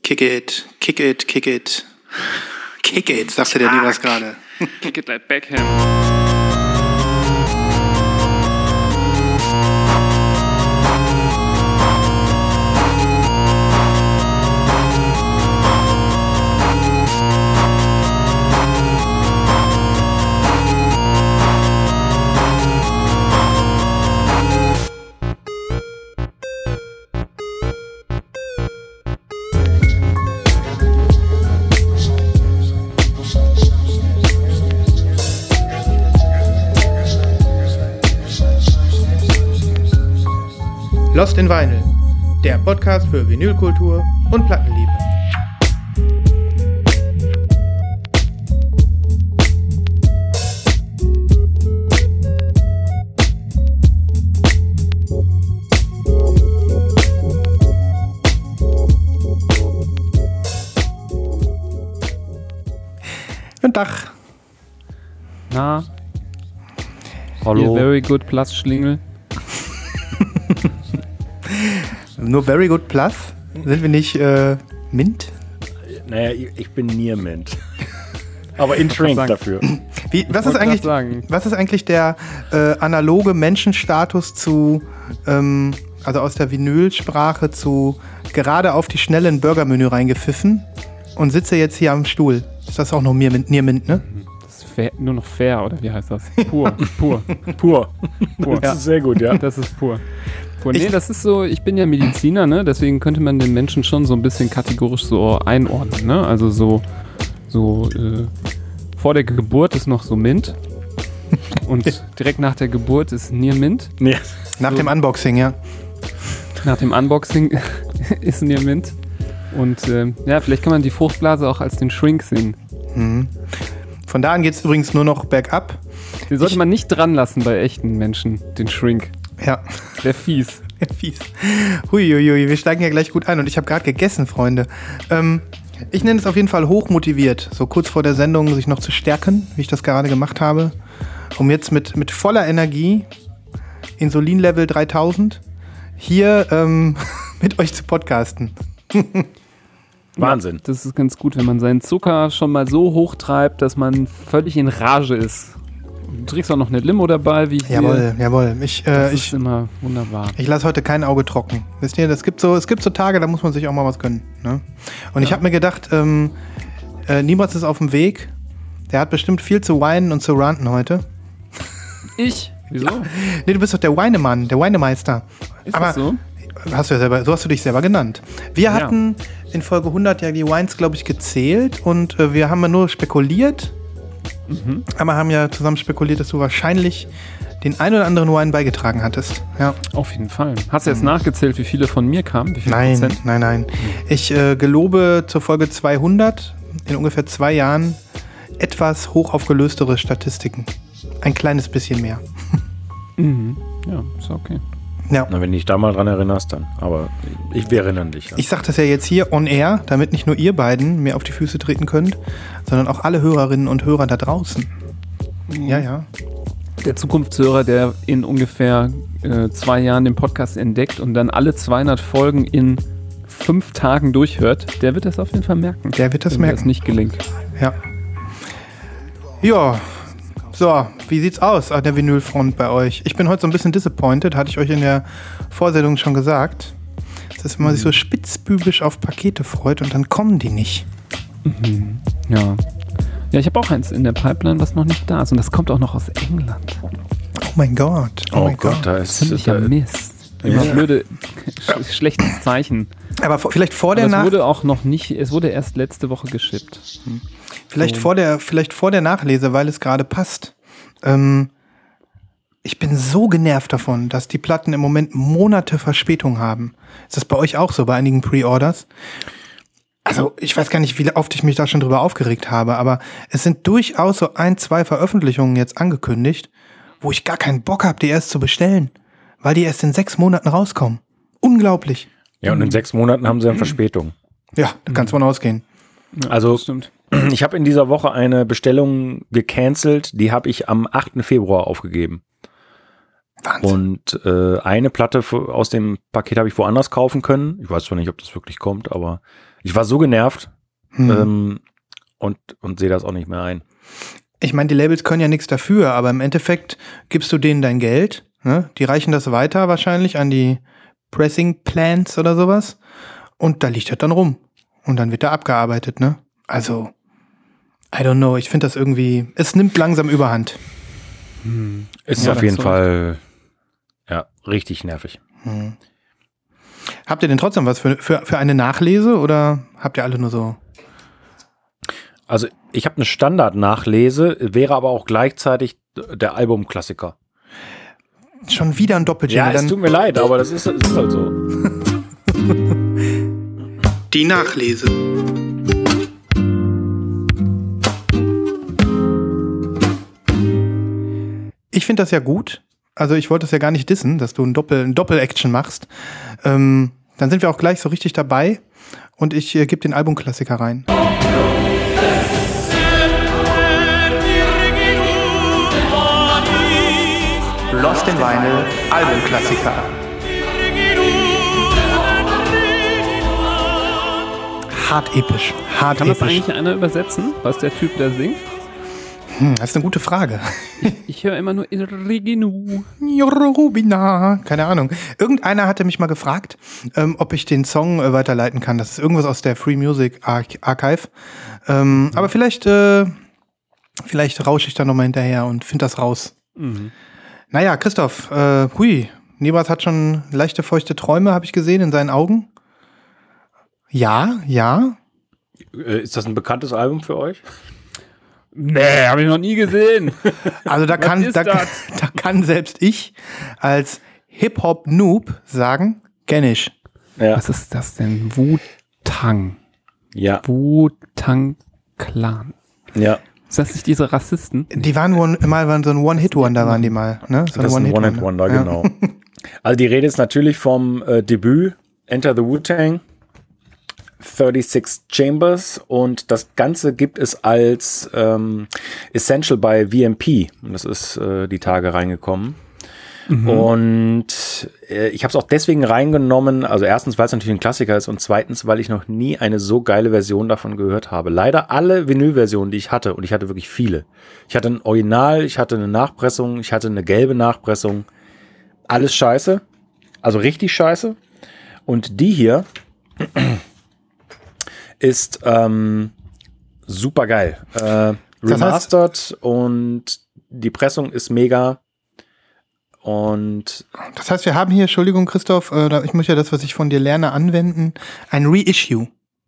Kick it, kick it, kick it. Kick it, sagte der Nibras gerade. Kick it like Beckham. Lost in Vinyl, der Podcast für Vinylkultur und Plattenliebe. Guten Tag. Na? Hallo. Hier Very Good Plus Schlingel. Nur Very Good Plus? Sind wir nicht Mint? Naja, ich bin Near-Mint. Aber in Shrink dafür. Was ist eigentlich der analoge Menschenstatus zu, also aus der Vinylsprache zu gerade auf die Schnelle ein Burgermenü reingepfiffen und sitze jetzt hier am Stuhl? Ist das auch noch Near-Mint, ne? Das ist fair, nur noch fair, oder wie heißt das? Pur. Das ist sehr gut, ja. Das ist pur. Nee, das ist so, ich bin ja Mediziner, ne? Deswegen könnte man den Menschen schon so ein bisschen kategorisch so einordnen, ne? Also so vor der Geburt ist noch so Mint und direkt nach der Geburt ist Near-Mint. Nee. Nach dem Unboxing, ja. Nach dem Unboxing ist Near-Mint und ja, vielleicht kann man die Fruchtblase auch als den Shrink sehen. Mhm. Von da an geht es übrigens nur noch bergab. Den sollte man nicht dran lassen bei echten Menschen, den Shrink. Ja. Der fies. Fies. Huiuiui, wir steigen ja gleich gut ein und ich habe gerade gegessen, Freunde. Ich nenne es auf jeden Fall hochmotiviert, so kurz vor der Sendung sich noch zu stärken, wie ich das gerade gemacht habe, um jetzt mit voller Energie, Insulinlevel 3000, hier mit euch zu podcasten. Wahnsinn. Ja, das ist ganz gut, wenn man seinen Zucker schon mal so hoch treibt, dass man völlig in Rage ist. Du trinkst auch noch eine Limo dabei, wie ich sehe. Jawohl. Das ist immer wunderbar. Ich lasse heute kein Auge trocken. Wisst ihr, es gibt so Tage, da muss man sich auch mal was gönnen. Ne? Und ich habe mir gedacht, Nibras ist auf dem Weg. Der hat bestimmt viel zu weinen und zu ranten heute. Ich? Wieso? Ja. Nee, du bist doch der Weinemann, der Weinemeister. Ist aber das so? So hast du dich selber genannt. Wir hatten in Folge 100 ja die Wines, glaube ich, gezählt und wir haben ja nur spekuliert. Mhm. Aber haben ja zusammen spekuliert, dass du wahrscheinlich den ein oder anderen Wein beigetragen hattest. Ja. Auf jeden Fall. Hast du jetzt nachgezählt, wie viele von mir kamen? Wie viel Prozent? Nein. Ich gelobe zur Folge 200 in ungefähr 2 Jahren etwas hoch aufgelöstere Statistiken. Ein kleines bisschen mehr. Mhm. Ja, ist okay. Ja. Na, wenn du dich da mal dran erinnerst, dann. Aber wir erinnern dich. Ja. Ich sage das ja jetzt hier on air, damit nicht nur ihr beiden mir auf die Füße treten könnt, sondern auch alle Hörerinnen und Hörer da draußen. Mhm. Ja. Der Zukunftshörer, der in ungefähr 2 Jahren den Podcast entdeckt und dann alle 200 Folgen in 5 Tagen durchhört, der wird das auf jeden Fall merken. Der wird das merken. Wenn das nicht gelingt. Ja. Ja. So, wie sieht's aus an der Vinylfront bei euch? Ich bin heute so ein bisschen disappointed, hatte ich euch in der Vorsendung schon gesagt. Das ist, wenn man sich so spitzbübisch auf Pakete freut und dann kommen die nicht. Mhm. Ja, ich habe auch eins in der Pipeline, was noch nicht da ist. Und das kommt auch noch aus England. Oh mein Gott. Oh mein Gott, da ist ziemlicher Mist. Immer blöde, schlechtes Zeichen. Aber vielleicht vor der Nachlese. Es wurde auch noch nicht, es wurde erst letzte Woche geschippt. Vielleicht vor der Nachlese, weil es gerade passt. Ich bin so genervt davon, dass die Platten im Moment Monate Verspätung haben. Ist das bei euch auch so, bei einigen Pre-Orders? Also ich weiß gar nicht, wie oft ich mich da schon drüber aufgeregt habe, aber es sind durchaus so 1, 2 Veröffentlichungen jetzt angekündigt, wo ich gar keinen Bock habe, die erst zu bestellen, weil die erst in 6 Monaten rauskommen. Unglaublich. Ja, und in 6 Monaten haben sie dann Verspätung. Ja, da kannst du von ausgehen. Ja, also stimmt. Ich habe in dieser Woche eine Bestellung gecancelt, die habe ich am 8. Februar aufgegeben. Wahnsinn. Und eine Platte aus dem Paket habe ich woanders kaufen können. Ich weiß zwar nicht, ob das wirklich kommt, aber Ich war so genervt und sehe das auch nicht mehr ein. Ich meine, die Labels können ja nichts dafür, aber im Endeffekt gibst du denen dein Geld, ne? Die reichen das weiter wahrscheinlich an die Pressing Plants oder sowas und da liegt das dann rum und dann wird da abgearbeitet, ne? Also, I don't know, ich finde das irgendwie, es nimmt langsam Überhand. Ist auf jeden Fall richtig nervig. Habt ihr denn trotzdem was für eine Nachlese oder habt ihr alle nur so? Also ich habe eine Standard-Nachlese, wäre aber auch gleichzeitig der Albumklassiker. Schon wieder ein Doppelchen. Ja, es tut mir leid, aber das ist halt so. Die Nachlese. Ich finde das ja gut. Also ich wollte es ja gar nicht dissen, dass du ein Doppel-Action machst. Dann sind wir auch gleich so richtig dabei und ich gebe den Albumklassiker rein. Lost in Vinyl, Albumklassiker. Hart episch, hart Kann das episch. eigentlich einer übersetzen, was der Typ da singt? Das ist eine gute Frage. Ich höre immer nur Irriginu. Rubina, keine Ahnung. Irgendeiner hatte mich mal gefragt, ob ich den Song weiterleiten kann. Das ist irgendwas aus der Free Music Archive. Aber vielleicht rausche ich da nochmal hinterher und finde das raus. Naja, Christoph, Nibras hat schon leichte feuchte Träume, habe ich gesehen, in seinen Augen. Ja. Ist das ein bekanntes Album für euch? Nee, habe ich noch nie gesehen. Also da kann selbst ich als Hip-Hop-Noob sagen, kenn ich. Ja. Was ist das denn? Wu-Tang. Ja. Wu-Tang Clan. Ja. Ist das nicht diese Rassisten? Die waren so ein One-Hit-Wonder, waren die mal. Ne? So Das ist ein One-Hit-Wonder, genau. Also die Rede ist natürlich vom Debüt Enter the Wu-Tang, 36 Chambers, und das Ganze gibt es als Essential bei VMP. Und das ist die Tage reingekommen. Und ich habe es auch deswegen reingenommen, also erstens, weil es natürlich ein Klassiker ist und zweitens, weil ich noch nie eine so geile Version davon gehört habe. Leider alle Vinylversionen, die ich hatte, und ich hatte wirklich viele. Ich hatte ein Original, ich hatte eine Nachpressung, ich hatte eine gelbe Nachpressung. Alles scheiße, also richtig scheiße. Und die hier ist super geil. Remastered, und die Pressung ist mega. Und das heißt, wir haben hier, Entschuldigung, Christoph, ich muss ja das, was ich von dir lerne, anwenden, ein Reissue.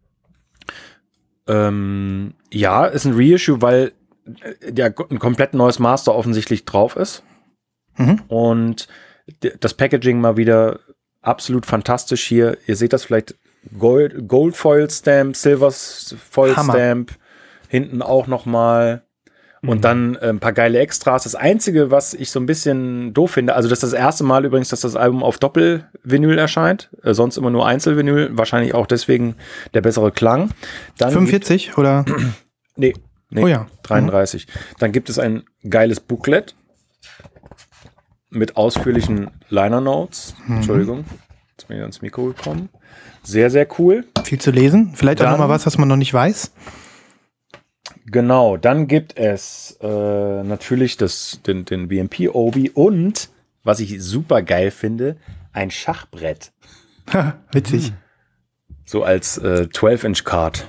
Ja, ist ein Reissue, weil ein komplett neues Master offensichtlich drauf ist. Und das Packaging mal wieder absolut fantastisch hier. Ihr seht das vielleicht, Gold Foil Stamp, Silver Foil Stamp, hinten auch nochmal. Und dann ein paar geile Extras. Das Einzige, was ich so ein bisschen doof finde, also das ist das erste Mal übrigens, dass das Album auf Doppel-Vinyl erscheint. Sonst immer nur Einzel-Vinyl. Wahrscheinlich auch deswegen der bessere Klang. Dann 45 oder? Nee, Oh ja. 33. Dann gibt es ein geiles Booklet mit ausführlichen Liner Notes. Entschuldigung, jetzt bin ich ans Mikro gekommen. Sehr, sehr cool. Viel zu lesen. Vielleicht auch nochmal was man noch nicht weiß. Genau, dann gibt es natürlich den VMP-Obi und, was ich super geil finde, ein Schachbrett. Witzig. So als 12-Inch-Card.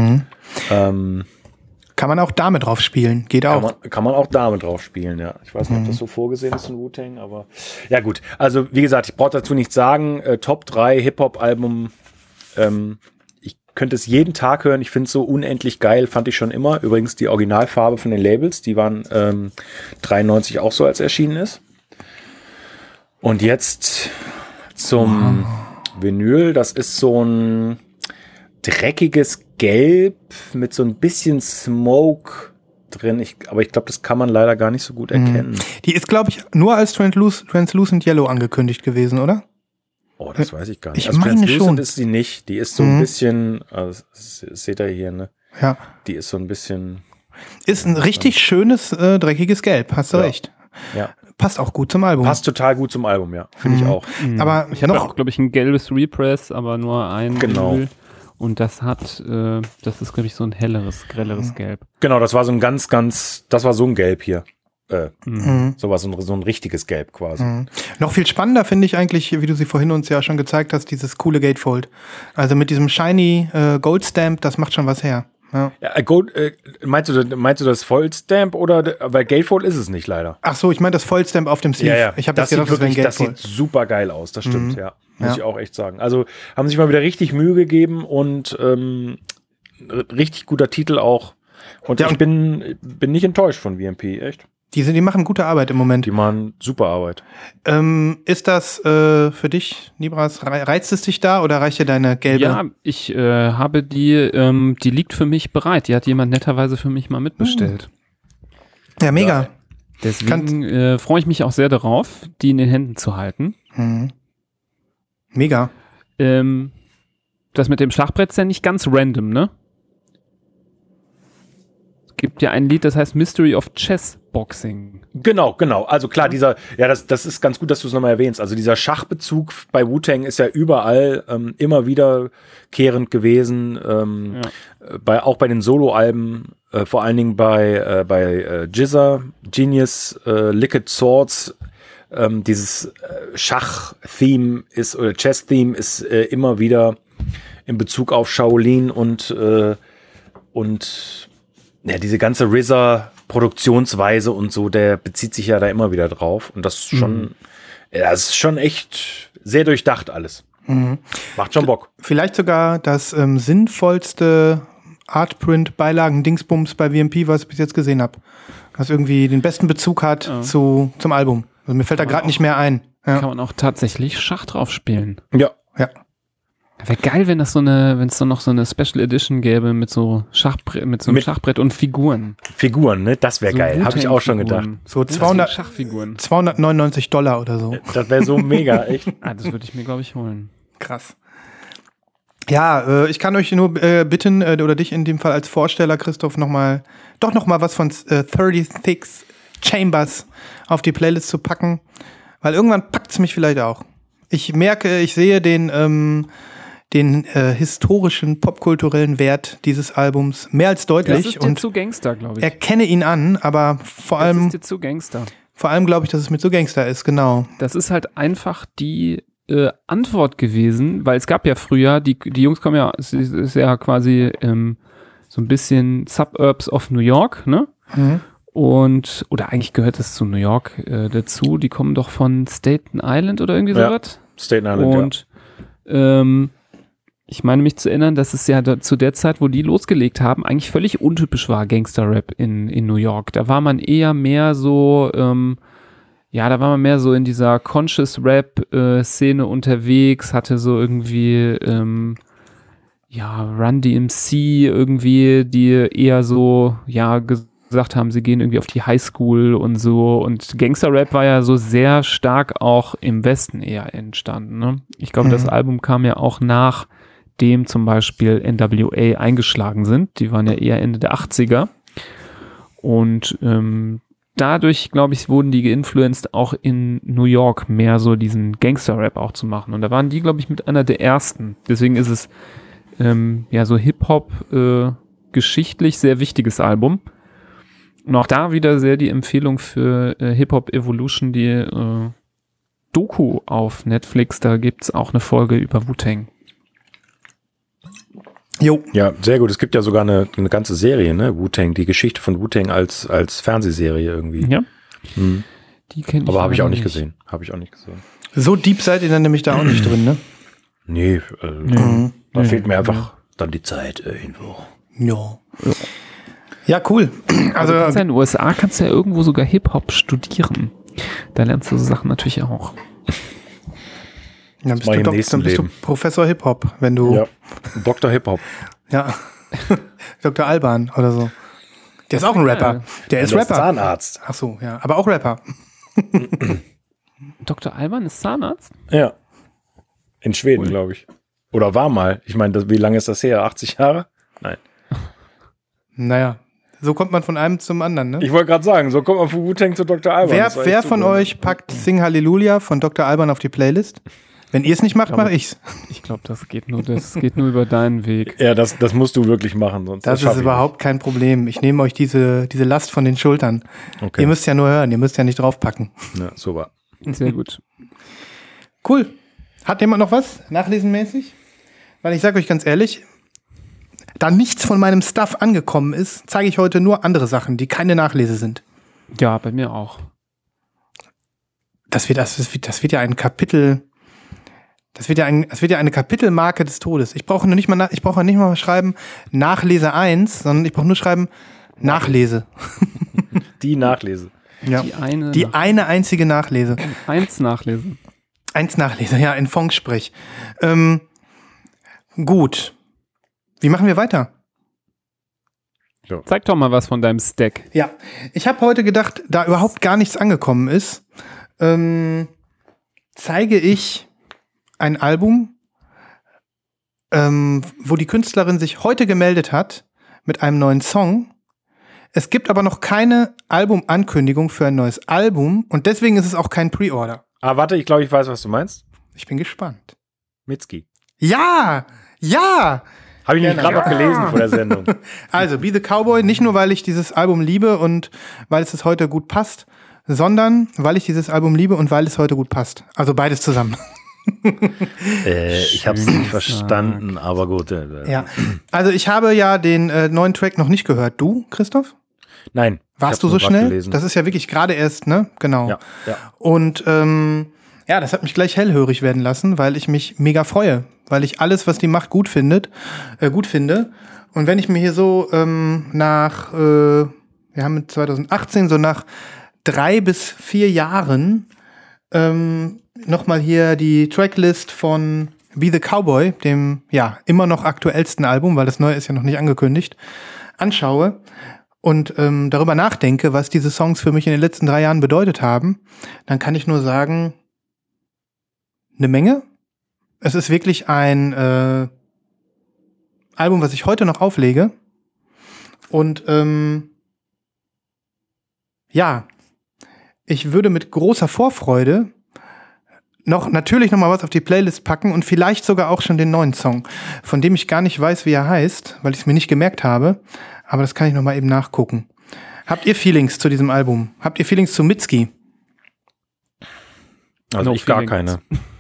Kann man auch damit drauf spielen. Geht auch. Kann man auch damit drauf spielen, ja. Ich weiß nicht, ob das so vorgesehen ist in Wu-Tang, aber ja gut. Also wie gesagt, ich brauche dazu nichts sagen. Top 3 Hip-Hop-Album. Ich könnte es jeden Tag hören. Ich finde es so unendlich geil, fand ich schon immer. Übrigens die Originalfarbe von den Labels, die waren 93 auch so, als erschienen ist. Und jetzt zum Vinyl. Das ist so ein dreckiges Gelb mit so ein bisschen Smoke drin. Aber ich glaube, das kann man leider gar nicht so gut erkennen. Die ist, glaube ich, nur als Translucent Yellow angekündigt gewesen, oder? Oh, das weiß ich gar nicht. Ich meine schon. Ist sie nicht. Die ist so ein bisschen, also das seht ihr hier, ne? Ja. Die ist so ein bisschen. Ist ein richtig schönes, dreckiges Gelb, hast du recht. Ja. Passt auch gut zum Album. Passt total gut zum Album, ja. Finde ich auch. Aber Ich hatte auch, glaube ich, ein gelbes Repress, aber nur ein Genau. Vinyl. Und das ist, glaube ich, so ein helleres, grelleres Gelb. Genau, das war so ein das war so ein Gelb hier. Sowas, so ein richtiges Gelb quasi. Noch viel spannender finde ich eigentlich, wie du sie vorhin uns ja schon gezeigt hast, dieses coole Gatefold. Also mit diesem shiny Gold Stamp, das macht schon was her. Ja. Meinst du das Vollstamp oder, weil Gatefold ist es nicht leider. Ach so, ich meine das Vollstamp auf dem Sleeve. Ja. Ich habe das gedacht, das sieht super geil aus, das stimmt, Muss ich auch echt sagen. Also haben sich mal wieder richtig Mühe gegeben und richtig guter Titel auch. Und ich bin nicht enttäuscht von VMP, echt. Die machen gute Arbeit im Moment. Die machen super Arbeit. Ist das für dich, Nibras, reizt es dich da oder reicht dir deine gelbe? Ja, ich habe die liegt für mich bereit. Die hat jemand netterweise für mich mal mitbestellt. Ja, mega. Ja. Deswegen freue ich mich auch sehr darauf, die in den Händen zu halten. Mega. Das mit dem Schachbrett ist ja nicht ganz random, ne? Gibt ja ein Lied, das heißt Mystery of Chess Boxing. Genau. Also klar, das ist ganz gut, dass du es nochmal erwähnst. Also dieser Schachbezug bei Wu-Tang ist ja überall immer wiederkehrend gewesen. Auch bei den Soloalben, vor allen Dingen bei GZA, Genius, Liquid Swords. Dieses Schach-Theme oder Chess-Theme ist immer wieder in Bezug auf Shaolin und ja, diese ganze RZA-Produktionsweise und so, der bezieht sich ja da immer wieder drauf. Und das ist schon, das ist schon echt sehr durchdacht alles. Macht schon Bock. Vielleicht sogar das sinnvollste Artprint-Beilagen-Dingsbums bei VMP, was ich bis jetzt gesehen habe. Was irgendwie den besten Bezug hat zum Album. Also mir fällt da gerade nicht mehr ein. Ja. Kann man auch tatsächlich Schach drauf spielen. Ja. Wäre geil, wenn es dann noch so eine Special Edition gäbe mit so einem Schachbrett und Figuren. Figuren, ne? Das wäre so geil. Habe ich auch schon gedacht. So Schachfiguren. $299 oder so. Das wäre so mega, echt. Das würde ich mir, glaube ich, holen. Krass. Ja, ich kann euch nur bitten, oder dich in dem Fall als Vorsteller, Christoph, noch mal was von 36 Chambers auf die Playlist zu packen. Weil irgendwann packt es mich vielleicht auch. Ich merke, ich sehe den historischen, popkulturellen Wert dieses Albums mehr als deutlich. Das ist dir zu Gangster, glaube ich. Erkenne ihn an, aber vor allem... Das ist dir zu Gangster. Vor allem glaube ich, dass es mit so Gangster ist, genau. Das ist halt einfach die Antwort gewesen, weil es gab ja früher, die Jungs kommen ja, es ist ja quasi so ein bisschen Suburbs of New York, ne? Oder eigentlich gehört es zu New York dazu, die kommen doch von Staten Island oder irgendwie sowas. Staten Island, und ich meine mich zu erinnern, dass es ja zu der Zeit, wo die losgelegt haben, eigentlich völlig untypisch war, Gangster-Rap in New York. Da war man eher mehr so, da war man mehr so in dieser Conscious-Rap-Szene unterwegs, hatte so irgendwie, Run DMC irgendwie, die eher so, gesagt haben, sie gehen irgendwie auf die Highschool und so. Und Gangster-Rap war ja so sehr stark auch im Westen eher entstanden. Ne? Ich glaube, das Album kam ja auch nachdem zum Beispiel NWA eingeschlagen sind. Die waren ja eher Ende der 80er. Und dadurch, glaube ich, wurden die geinfluenced, auch in New York mehr so diesen Gangster-Rap auch zu machen. Und da waren die, glaube ich, mit einer der ersten. Deswegen ist es so Hip-Hop geschichtlich sehr wichtiges Album. Und auch da wieder sehr die Empfehlung für Hip-Hop Evolution, die Doku auf Netflix. Da gibt es auch eine Folge über Wu-Tang. Jo. Ja, sehr gut. Es gibt ja sogar eine ganze Serie, ne? Wu-Tang, die Geschichte von Wu-Tang als Fernsehserie irgendwie. Ja. Die kenne ich. Aber habe ich auch nicht gesehen. So deep seid ihr dann nämlich da auch nicht drin, ne? Nee, da fehlt mir einfach dann die Zeit irgendwo. Ja. Ja, cool. Also in den USA kannst du ja irgendwo sogar Hip-Hop studieren. Da lernst du so Sachen natürlich auch. Dann bist du Professor Hip-Hop, wenn du... Ja, Dr. Hip-Hop. Ja, Dr. Alban oder so. Der ist auch ein Rapper. Der ist Rapper. Zahnarzt. Ach so, ja, aber auch Rapper. Dr. Alban ist Zahnarzt? Ja. In Schweden, glaube ich. Oder war mal. Ich meine, wie lange ist das her? 80 Jahre? Nein. Naja. So kommt man von einem zum anderen, ne? Ich wollte gerade sagen, so kommt man von Wu-Tang zu Dr. Alban. Wer von euch packt Sing Hallelujah von Dr. Alban auf die Playlist? Wenn ihr es nicht macht, mache ich's. Ich glaube, das geht nur über deinen Weg. Ja, das musst du wirklich machen. Sonst Das ist überhaupt kein Problem. Ich nehme euch diese Last von den Schultern. Okay. Ihr müsst ja nur hören, ihr müsst ja nicht draufpacken. Ja, super. Sehr gut. Cool. Hat jemand noch was nachlesenmäßig? Weil ich sage euch ganz ehrlich, da nichts von meinem Stuff angekommen ist, zeige ich heute nur andere Sachen, die keine Nachlese sind. Ja, bei mir auch. Das wird ja ein Kapitel. Das wird ja eine Kapitelmarke des Todes. Ich brauche nicht mal schreiben Nachlese 1, sondern ich brauche nur schreiben Nachlese. Die Nachlese. Ja. Die eine einzige Nachlese. 1 nachlesen. 1 Nachlese, ja, in Fonksprech. Gut. Wie machen wir weiter? So. Zeig doch mal was von deinem Stack. Ja, ich habe heute gedacht, da überhaupt gar nichts angekommen ist, zeige ich ein Album, wo die Künstlerin sich heute gemeldet hat mit einem neuen Song. Es gibt aber noch keine Albumankündigung für ein neues Album und deswegen ist es auch kein Pre-Order. Ah, warte, ich glaube, ich weiß, was du meinst. Ich bin gespannt. Mitski. Ja! Ja! Habe ich nämlich gerade noch gelesen vor der Sendung. Also, Be the Cowboy, nicht nur, weil ich dieses Album liebe und weil es heute gut passt, sondern weil ich dieses Album liebe und weil es heute gut passt. Also beides zusammen. Ich habe es nicht verstanden, aber gut. Ja, also ich habe ja den neuen Track noch nicht gehört. Du, Christoph? Nein. Warst du so schnell? Das ist ja wirklich gerade erst, ne? Genau. Ja. Und ja, das hat mich gleich hellhörig werden lassen, weil ich mich mega freue, weil ich alles, was die macht, gut finde. Und wenn ich mir hier so wir haben 2018, so nach 3 bis 4 Jahren nochmal hier die Tracklist von Be the Cowboy, dem ja immer noch aktuellsten Album, weil das neue ist ja noch nicht angekündigt, anschaue und darüber nachdenke, was diese Songs für mich in den letzten 3 Jahren bedeutet haben, dann kann ich nur sagen, eine Menge. Es ist wirklich ein Album, was ich heute noch auflege. Und ja, ich würde mit großer Vorfreude natürlich noch mal was auf die Playlist packen und vielleicht sogar auch schon den neuen Song, von dem ich gar nicht weiß, wie er heißt, weil ich es mir nicht gemerkt habe. Aber das kann ich noch mal eben nachgucken. Habt ihr Feelings zu diesem Album? Habt ihr Feelings zu Mitski? Also No ich gar feelings.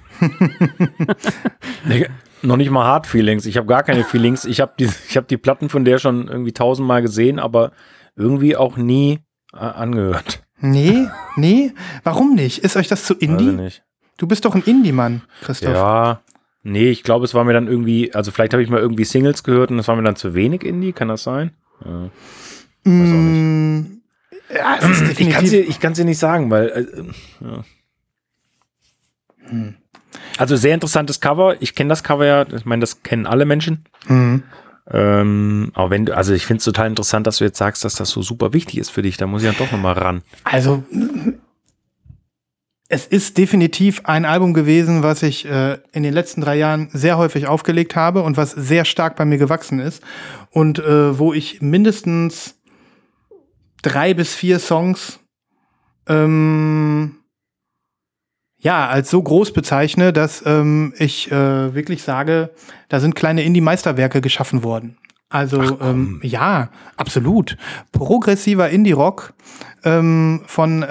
keine. Noch nicht mal Hard Feelings. Ich habe gar keine Feelings. Ich habe die Platten von der schon irgendwie 1000-mal gesehen, aber irgendwie auch nie angehört. Nee? Warum nicht? Ist euch das zu Indie? Weiß ich nicht. Du bist doch ein Indie-Mann, Christoph. Ja, nee, ich glaube, es war mir dann irgendwie, also vielleicht habe ich mal irgendwie Singles gehört und es war mir dann zu wenig Indie, kann das sein? Ja. Weiß auch nicht. Ja, es ist definitiv. Ich kann es dir nicht sagen, weil ja. Also sehr interessantes Cover. Ich kenne das Cover ja, ich meine, das kennen alle Menschen. Aber also ich finde es total interessant, dass du jetzt sagst, dass das so super wichtig ist für dich. Da muss ich dann doch nochmal ran. Also es ist definitiv ein Album gewesen, was ich in den letzten 3 Jahren sehr häufig aufgelegt habe und was sehr stark bei mir gewachsen ist. Und wo ich mindestens 3 bis 4 Songs als so groß bezeichne, dass ich wirklich sage, da sind kleine Indie-Meisterwerke geschaffen worden. Also ja, absolut. Progressiver Indie-Rock von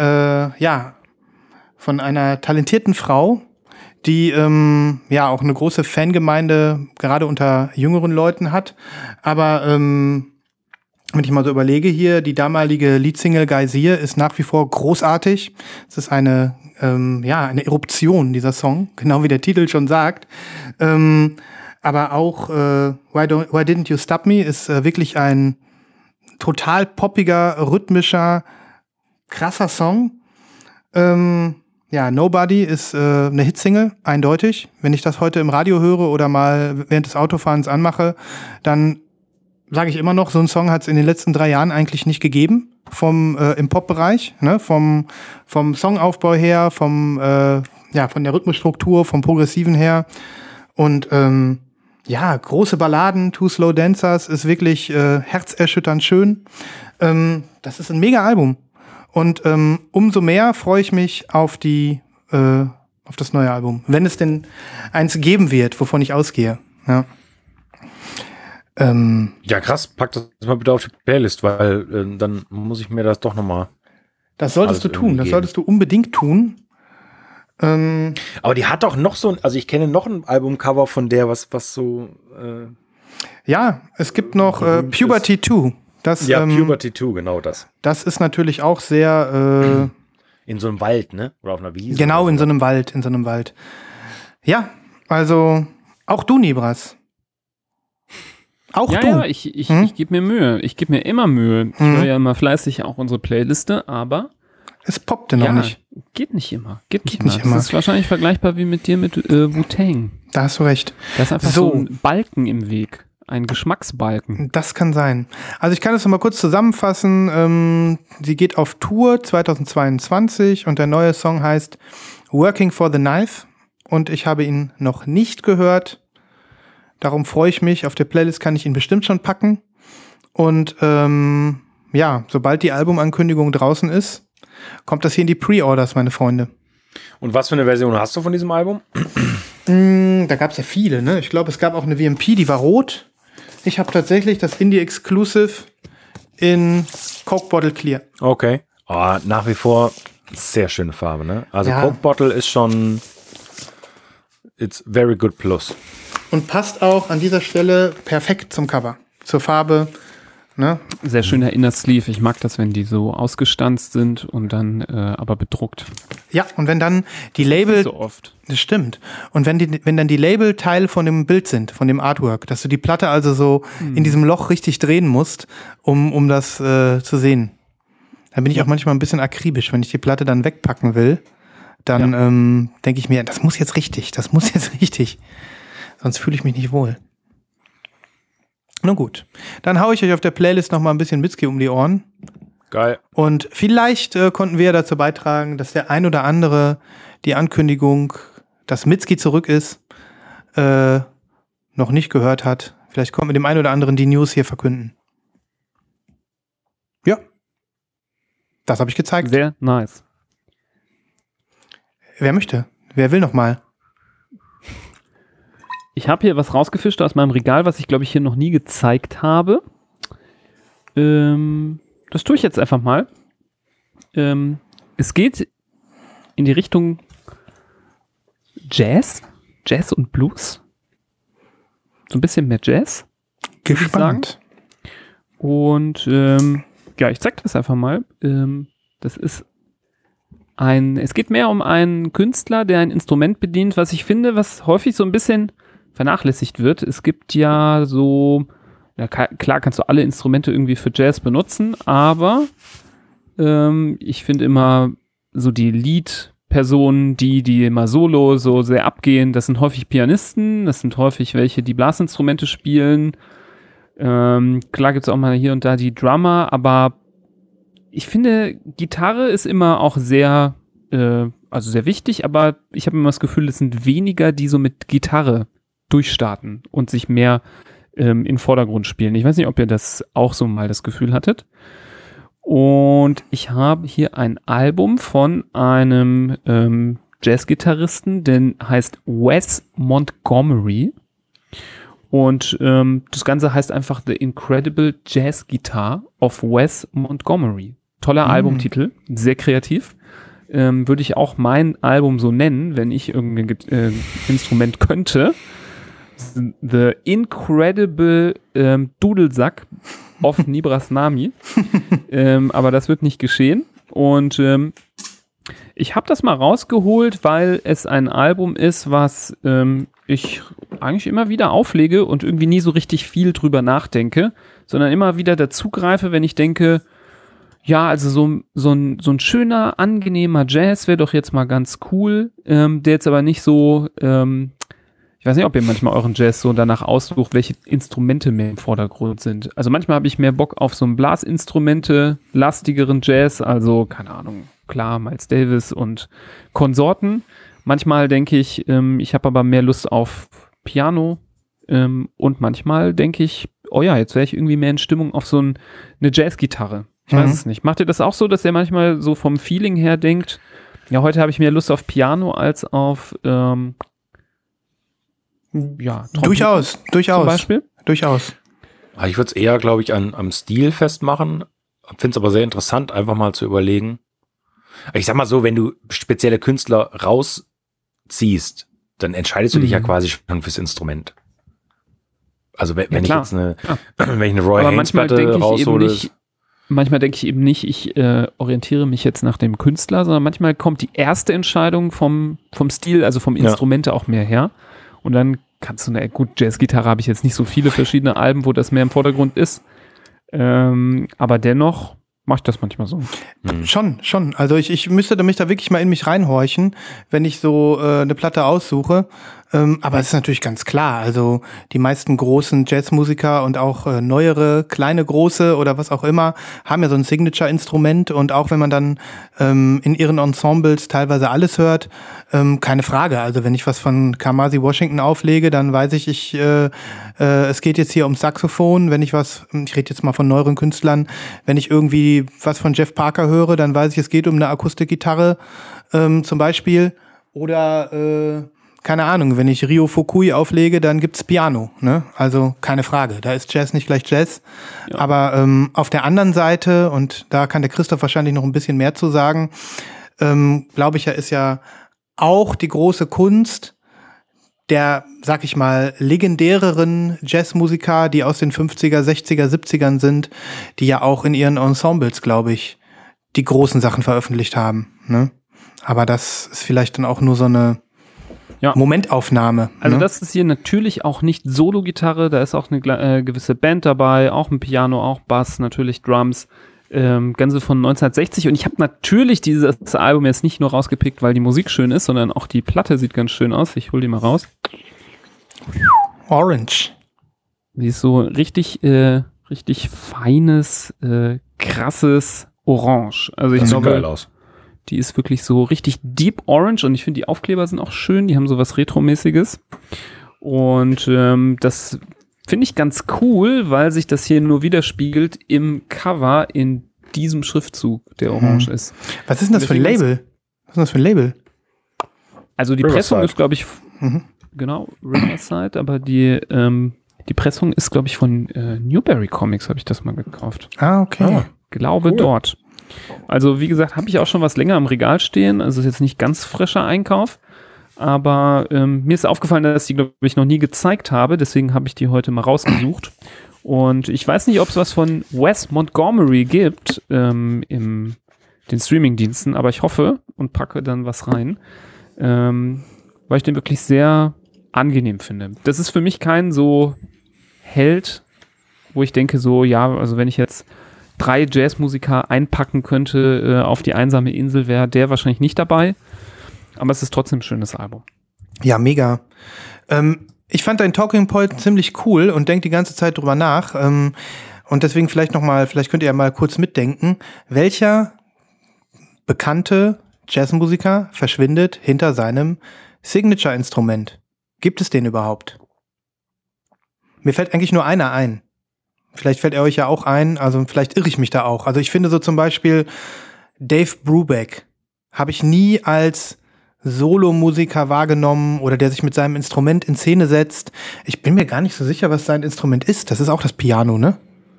einer talentierten Frau, die auch eine große Fangemeinde gerade unter jüngeren Leuten hat. Aber wenn ich mal so überlege hier, die damalige Leadsingle Geysir ist nach wie vor großartig. Es ist eine Eruption, dieser Song, genau wie der Titel schon sagt. Aber auch Why Didn't You Stop Me ist wirklich ein total poppiger, rhythmischer, krasser Song. Nobody ist eine Hitsingle, eindeutig. Wenn ich das heute im Radio höre oder mal während des Autofahrens anmache, dann sage ich immer noch, so einen Song hat es in den letzten 3 Jahren eigentlich nicht gegeben. Im Pop-Bereich, ne? Vom Songaufbau her, von der Rhythmusstruktur, vom Progressiven her. Und große Balladen, Two Slow Dancers ist wirklich herzerschütternd schön. Das ist ein Mega-Album. Und umso mehr freue ich mich auf die auf das neue Album. Wenn es denn eins geben wird, wovon ich ausgehe. Ja. Ja, krass, pack das mal bitte auf die Playlist, weil dann muss ich mir das doch nochmal. Das solltest du tun, das solltest du unbedingt tun. Aber die hat doch noch so also ich kenne noch ein Albumcover von der, was so. Ja, es gibt noch Puberty 2. Das, Puberty 2, genau das. Das ist natürlich auch sehr. In so einem Wald, ne? Oder auf einer Wiese. Genau, in so einem Wald. Ja, also auch du, Nibras. Auch du. Ja, ich gebe mir Mühe. Ich gebe mir immer Mühe. Ich höre ja immer fleißig auch unsere Playliste, aber es poppte noch nicht. Geht nicht immer. Geht nicht immer. Das ist wahrscheinlich vergleichbar wie mit dir mit Wu-Tang. Da hast du recht. Da ist einfach so ein Balken im Weg. Ein Geschmacksbalken. Das kann sein. Also ich kann es noch mal kurz zusammenfassen. Sie geht auf Tour 2022 und der neue Song heißt Working for the Knife. Und ich habe ihn noch nicht gehört. Darum freue ich mich. Auf der Playlist kann ich ihn bestimmt schon packen. Und sobald die Albumankündigung draußen ist, kommt das hier in die Pre-Orders, meine Freunde. Und was für eine Version hast du von diesem Album? Da gab es ja viele, ne? Ich glaube, es gab auch eine VMP, die war rot. Ich habe tatsächlich das Indie Exclusive in Coke Bottle Clear. Okay. Oh, nach wie vor sehr schöne Farbe, ne? Also ja. Coke Bottle ist schon it's very good plus. Und passt auch an dieser Stelle perfekt zum Cover, zur Farbe. Ne? Sehr schöner Inner Sleeve. Ich mag das, wenn die so ausgestanzt sind und dann aber bedruckt. Ja, und wenn dann die Label... Nicht so oft. Das stimmt. Und wenn dann die Label Teil von dem Bild sind, von dem Artwork, dass du die Platte also so in diesem Loch richtig drehen musst, um das zu sehen. Da bin ich auch manchmal ein bisschen akribisch, wenn ich die Platte dann wegpacken will. Dann denke ich mir, das muss jetzt richtig. Sonst fühle ich mich nicht wohl. Nun gut, dann haue ich euch auf der Playlist noch mal ein bisschen Mitski um die Ohren. Geil. Und vielleicht konnten wir dazu beitragen, dass der ein oder andere die Ankündigung, dass Mitski zurück ist, noch nicht gehört hat. Vielleicht konnten wir dem einen oder anderen die News hier verkünden. Ja, das habe ich gezeigt. Sehr nice. Wer möchte? Wer will noch mal? Ich habe hier was rausgefischt aus meinem Regal, was ich, glaube ich, hier noch nie gezeigt habe. Das tue ich jetzt einfach mal. Es geht in die Richtung Jazz und Blues. So ein bisschen mehr Jazz. Gespannt. Und ich zeige das einfach mal. Das ist es geht mehr um einen Künstler, der ein Instrument bedient, was ich finde, was häufig so ein bisschen vernachlässigt wird. Es gibt ja so, klar kannst du alle Instrumente irgendwie für Jazz benutzen, aber ich finde immer so die Lead-Personen, die immer solo so sehr abgehen, das sind häufig Pianisten, das sind häufig welche, die Blasinstrumente spielen. Klar gibt es auch mal hier und da die Drummer, aber ich finde, Gitarre ist immer auch sehr, sehr wichtig, aber ich habe immer das Gefühl, es sind weniger, die so mit Gitarre durchstarten und sich mehr in Vordergrund spielen. Ich weiß nicht, ob ihr das auch so mal das Gefühl hattet. Und ich habe hier ein Album von einem Jazzgitarristen, der heißt Wes Montgomery. Und das Ganze heißt einfach The Incredible Jazz Guitar of Wes Montgomery. Toller Albumtitel, sehr kreativ. Würde ich auch mein Album so nennen, wenn ich irgendein Instrument könnte. The Incredible Dudelsack of Nibras Nami. Aber das wird nicht geschehen. Und ich habe das mal rausgeholt, weil es ein Album ist, was ich eigentlich immer wieder auflege und irgendwie nie so richtig viel drüber nachdenke, sondern immer wieder dazugreife, wenn ich denke, ja, also so ein schöner, angenehmer Jazz wäre doch jetzt mal ganz cool, der jetzt aber nicht so, ich weiß nicht, ob ihr manchmal euren Jazz so danach aussucht, welche Instrumente mehr im Vordergrund sind. Also manchmal habe ich mehr Bock auf so einen Blasinstrumente, lastigeren Jazz, also keine Ahnung, klar, Miles Davis und Konsorten. Manchmal denke ich, ich habe aber mehr Lust auf Piano und manchmal denke ich, oh ja, jetzt wäre ich irgendwie mehr in Stimmung auf so eine Jazzgitarre. Ich weiß es nicht. Macht ihr das auch so, dass ihr manchmal so vom Feeling her denkt, Ja, heute habe ich mehr Lust auf Piano als auf Trompeten Durchaus. zum Beispiel. Durchaus. Ich würde es eher, glaube ich, am Stil festmachen. Finde es aber sehr interessant, einfach mal zu überlegen. Ich sag mal so, wenn du spezielle Künstler rausziehst, dann entscheidest du dich ja quasi schon fürs Instrument. Also wenn ich jetzt wenn ich eine Roy Haynes Platte raushole. Manchmal denke ich eben nicht, ich orientiere mich jetzt nach dem Künstler, sondern manchmal kommt die erste Entscheidung vom Stil, also vom Instrumente auch mehr her. Und dann kannst du, gut, Jazzgitarre habe ich jetzt nicht so viele verschiedene Alben, wo das mehr im Vordergrund ist. Aber dennoch mache ich das manchmal so. Schon. Also ich müsste mich da wirklich mal in mich reinhorchen, wenn ich so eine Platte aussuche. Aber es ist natürlich ganz klar, also die meisten großen Jazzmusiker und auch neuere, kleine, große oder was auch immer, haben ja so ein Signature-Instrument, und auch wenn man dann in ihren Ensembles teilweise alles hört, keine Frage. Also wenn ich was von Kamasi Washington auflege, dann weiß ich, es geht jetzt hier ums Saxophon. Wenn ich rede jetzt mal von neueren Künstlern, wenn ich irgendwie was von Jeff Parker höre, dann weiß ich, es geht um eine Akustikgitarre zum Beispiel. Oder keine Ahnung, wenn ich Ryo Fukui auflege, dann gibt's Piano, ne? Also keine Frage, da ist Jazz nicht gleich Jazz. Ja. Aber auf der anderen Seite, und da kann der Christoph wahrscheinlich noch ein bisschen mehr zu sagen, glaube ich, ist ja auch die große Kunst der, sag ich mal, legendäreren Jazzmusiker, die aus den 50er, 60er, 70ern sind, die ja auch in ihren Ensembles, glaube ich, die großen Sachen veröffentlicht haben, ne? Aber das ist vielleicht dann auch nur so eine Momentaufnahme. Also ne? Das ist hier natürlich auch nicht Solo-Gitarre, da ist auch eine gewisse Band dabei, auch ein Piano, auch Bass, natürlich Drums, Ganze von 1960. Und ich habe natürlich dieses Album jetzt nicht nur rausgepickt, weil die Musik schön ist, sondern auch die Platte sieht ganz schön aus. Ich hole die mal raus. Orange. Die ist so richtig feines, krasses Orange. Also ich glaube, geil aus. Die ist wirklich so richtig deep orange, und ich finde, die Aufkleber sind auch schön. Die haben so was Retro-mäßiges. Und das finde ich ganz cool, weil sich das hier nur widerspiegelt im Cover in diesem Schriftzug, der orange ist. Was ist denn das für ein Label? Also die Pressung ist, glaube ich, genau, Riverside, aber die Pressung ist, glaube ich, von Newberry Comics, habe ich das mal gekauft. Ah, okay. Glaube cool. Dort. Also wie gesagt, habe ich auch schon was länger im Regal stehen. Also ist jetzt nicht ganz frischer Einkauf. Aber mir ist aufgefallen, dass ich die, glaube ich, noch nie gezeigt habe. Deswegen habe ich die heute mal rausgesucht. Und ich weiß nicht, ob es was von Wes Montgomery gibt in den Streamingdiensten. Aber ich hoffe und packe dann was rein. Weil ich den wirklich sehr angenehm finde. Das ist für mich kein so Held, wo ich denke so, ja, also wenn ich jetzt 3 Jazzmusiker einpacken könnte auf die einsame Insel, wäre der wahrscheinlich nicht dabei. Aber es ist trotzdem ein schönes Album. Ja, mega. Ich fand dein Talking Point ziemlich cool und denke die ganze Zeit drüber nach. Und deswegen vielleicht könnt ihr ja mal kurz mitdenken. Welcher bekannte Jazzmusiker verschwindet hinter seinem Signature-Instrument? Gibt es den überhaupt? Mir fällt eigentlich nur einer ein. Vielleicht fällt er euch ja auch ein, also vielleicht irre ich mich da auch. Also ich finde so zum Beispiel Dave Brubeck habe ich nie als Solomusiker wahrgenommen oder der sich mit seinem Instrument in Szene setzt. Ich bin mir gar nicht so sicher, was sein Instrument ist. Das ist auch das Piano, ne?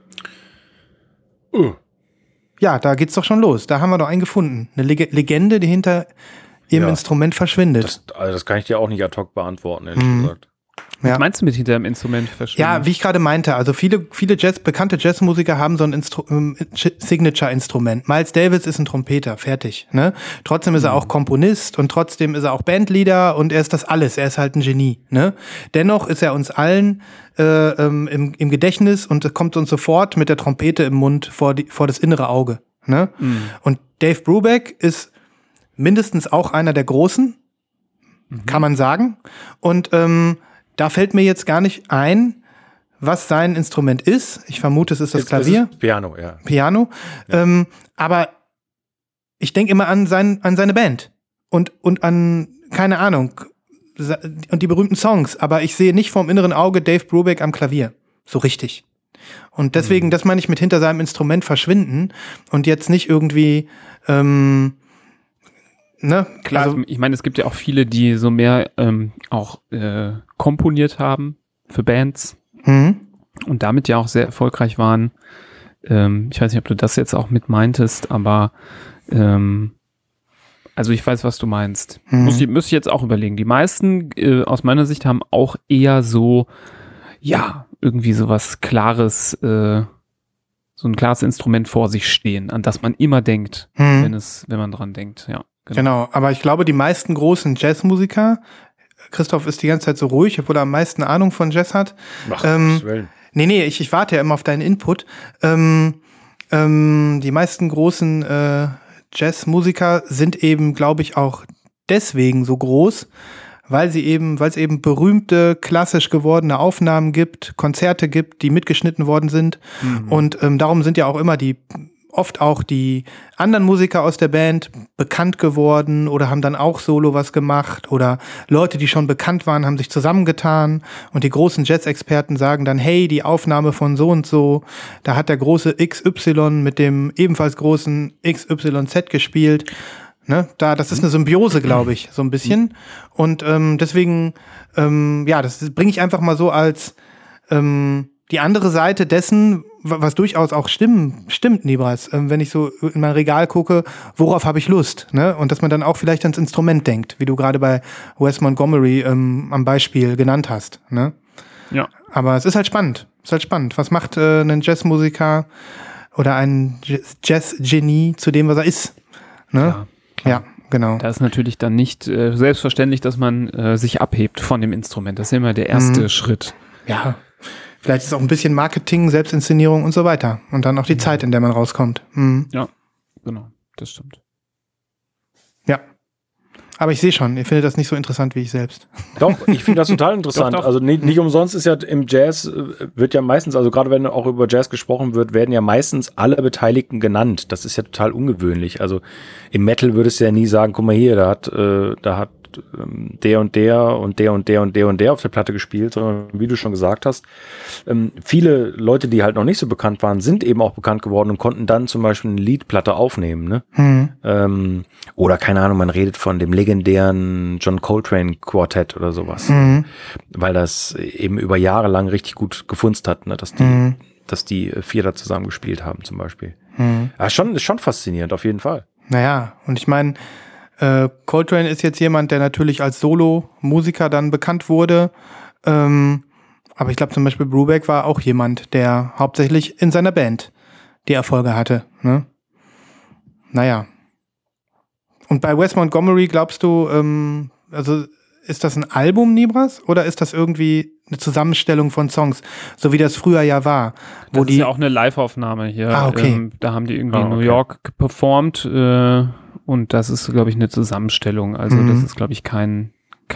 Ja, da geht's doch schon los. Da haben wir doch einen gefunden. Eine Legende, die hinter ihrem Instrument verschwindet. Das kann ich dir auch nicht ad hoc beantworten, ehrlich gesagt. Was meinst du mit hinter dem Instrument verschwinden? Ja, wie ich gerade meinte, also viele bekannte Jazzmusiker haben so ein Signature-Instrument. Miles Davis ist ein Trompeter, fertig. Ne? Trotzdem ist er auch Komponist und trotzdem ist er auch Bandleader und er ist das alles. Er ist halt ein Genie. Ne? Dennoch ist er uns allen im Gedächtnis und kommt uns sofort mit der Trompete im Mund vor das innere Auge. Ne? Und Dave Brubeck ist mindestens auch einer der Großen, kann man sagen. Und da fällt mir jetzt gar nicht ein, was sein Instrument ist. Ich vermute, es ist das Klavier. Ist Piano, ja. Piano. Ja. Aber ich denke immer an seine Band und an, keine Ahnung, und die berühmten Songs. Aber ich sehe nicht vorm inneren Auge Dave Brubeck am Klavier. So richtig. Und deswegen, das meine ich mit hinter seinem Instrument verschwinden und jetzt nicht irgendwie ne? Klar, also, ich meine, es gibt ja auch viele, die so mehr auch komponiert haben für Bands und damit ja auch sehr erfolgreich waren. Ich weiß nicht, ob du das jetzt auch mit meintest, aber also ich weiß, was du meinst. Müsste ich jetzt auch überlegen. Die meisten aus meiner Sicht haben auch eher so, ja, irgendwie sowas Klares, so ein klares Instrument vor sich stehen, an das man immer denkt, wenn man dran denkt, ja. Genau, aber ich glaube, die meisten großen Jazzmusiker, Christoph ist die ganze Zeit so ruhig, obwohl er am meisten Ahnung von Jazz hat. Ach, Nee, ich warte ja immer auf deinen Input. Die meisten großen Jazzmusiker sind eben, glaube ich, auch deswegen so groß, weil es eben berühmte, klassisch gewordene Aufnahmen gibt, Konzerte gibt, die mitgeschnitten worden sind. Und darum sind ja auch immer oft auch die anderen Musiker aus der Band bekannt geworden oder haben dann auch solo was gemacht oder Leute, die schon bekannt waren, haben sich zusammengetan und die großen Jazz-Experten sagen dann, hey, die Aufnahme von so und so, da hat der große XY mit dem ebenfalls großen XYZ gespielt. Ne? Das ist eine Symbiose, glaube ich, so ein bisschen. Und deswegen, das bringe ich einfach mal so als die andere Seite dessen, was durchaus auch stimmt, Nibras, wenn ich so in mein Regal gucke, worauf habe ich Lust, ne? Und dass man dann auch vielleicht ans Instrument denkt, wie du gerade bei Wes Montgomery am Beispiel genannt hast, ne? Ja. Aber es ist halt spannend. Was macht ein Jazzmusiker oder ein Jazz-Genie zu dem, was er ist, ne? Klar. Ja, genau. Da ist natürlich dann nicht selbstverständlich, dass man sich abhebt von dem Instrument. Das ist immer der erste Schritt. Ja. Vielleicht ist es auch ein bisschen Marketing, Selbstinszenierung und so weiter. Und dann auch die Zeit, in der man rauskommt. Ja, genau. Das stimmt. Ja. Aber ich sehe schon, ihr findet das nicht so interessant wie ich selbst. Doch, ich finde das total interessant. Doch. Also nicht umsonst ist ja im Jazz, wird ja meistens, also gerade wenn auch über Jazz gesprochen wird, werden ja meistens alle Beteiligten genannt. Das ist ja total ungewöhnlich. Also im Metal würdest du ja nie sagen, guck mal hier, da hat der und der und der und der und der und der auf der Platte gespielt, sondern wie du schon gesagt hast, viele Leute, die halt noch nicht so bekannt waren, sind eben auch bekannt geworden und konnten dann zum Beispiel eine Liedplatte aufnehmen, ne? Oder keine Ahnung, man redet von dem legendären John Coltrane Quartett oder sowas, weil das eben über Jahre lang richtig gut gefunzt hat, ne? Dass die vier da zusammen gespielt haben zum Beispiel. Ja, ist schon faszinierend, auf jeden Fall. Naja, und ich meine, Coltrane ist jetzt jemand, der natürlich als Solo-Musiker dann bekannt wurde. Aber ich glaube zum Beispiel Brubeck war auch jemand, der hauptsächlich in seiner Band die Erfolge hatte. Ne? Naja. Und bei Wes Montgomery glaubst du, also ist das ein Album, Nibras? Oder ist das irgendwie eine Zusammenstellung von Songs, so wie das früher ja war? Das ist ja auch eine Live-Aufnahme hier. Ah, okay. Da haben die irgendwie in New York performt und das ist, glaube ich, eine Zusammenstellung. Also das ist, glaube ich, kein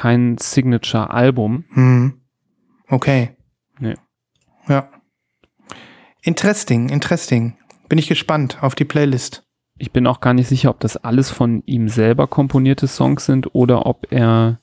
Signature-Album. Okay. Nee. Ja. Interesting. Bin ich gespannt auf die Playlist. Ich bin auch gar nicht sicher, ob das alles von ihm selber komponierte Songs sind oder ob er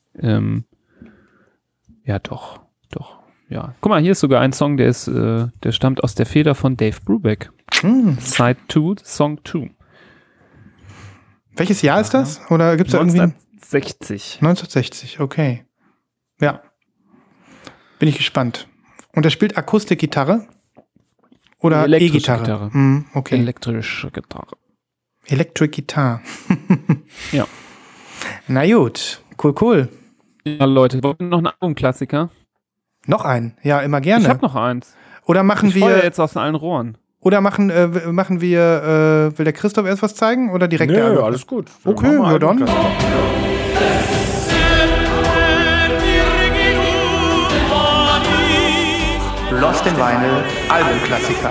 ja, doch. Ja. Guck mal, hier ist sogar ein Song, der stammt aus der Feder von Dave Brubeck. Side 2, Song 2. Welches Jahr ist das? Oder gibt es da irgendwie? 1960, okay. Ja. Bin ich gespannt. Und er spielt Akustikgitarre? Oder E-Gitarre? Okay. Elektrische Gitarre. Electric Guitar. Ja. Na gut, cool. Ja, Leute, wollen wir noch einen Albumklassiker? Noch einen? Ja, immer gerne. Ich hab noch eins. Oder machen ich wir jetzt aus allen Rohren. Oder machen wir, will der Christoph erst was zeigen oder direkt der Album? Alles gut. Okay, ja dann. Lost in Vinyl Albumklassiker.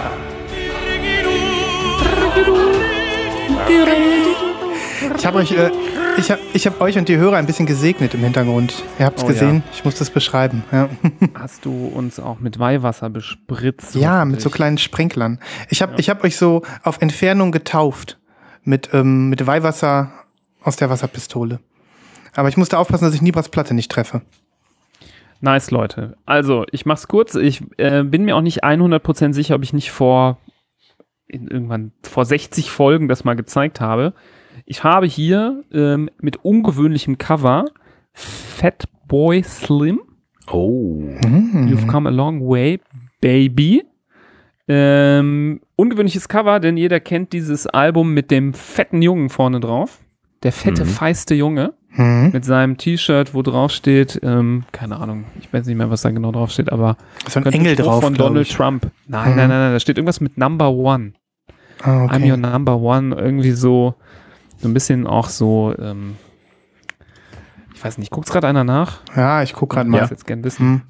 Ich habe euch und die Hörer ein bisschen gesegnet im Hintergrund. Ihr habt es gesehen, ja. Ich muss das beschreiben. Ja. Hast du uns auch mit Weihwasser bespritzt? Ja, mit so kleinen Sprenklern. Ich hab euch so auf Entfernung getauft mit Weihwasser aus der Wasserpistole. Aber ich musste aufpassen, dass ich Nibras Platte nicht treffe. Nice, Leute. Also, ich mach's kurz. Ich bin mir auch nicht 100% sicher, ob ich nicht vor 60 Folgen das mal gezeigt habe. Ich habe hier mit ungewöhnlichem Cover Fatboy Slim. Oh. You've come a long way, baby. Ungewöhnliches Cover, denn jeder kennt dieses Album mit dem fetten Jungen vorne drauf. Der fette, feiste Junge mit seinem T-Shirt, wo drauf steht, keine Ahnung, ich weiß nicht mehr, was da genau drauf steht, aber so ein Engel drauf von Donald Trump. Nein, da steht irgendwas mit Number One. Ah, okay. I'm your number one. Irgendwie so ein bisschen auch so, ich weiß nicht, guckt's gerade einer nach? Ja, ich gucke gerade Ich mal. würde jetzt gerne wissen.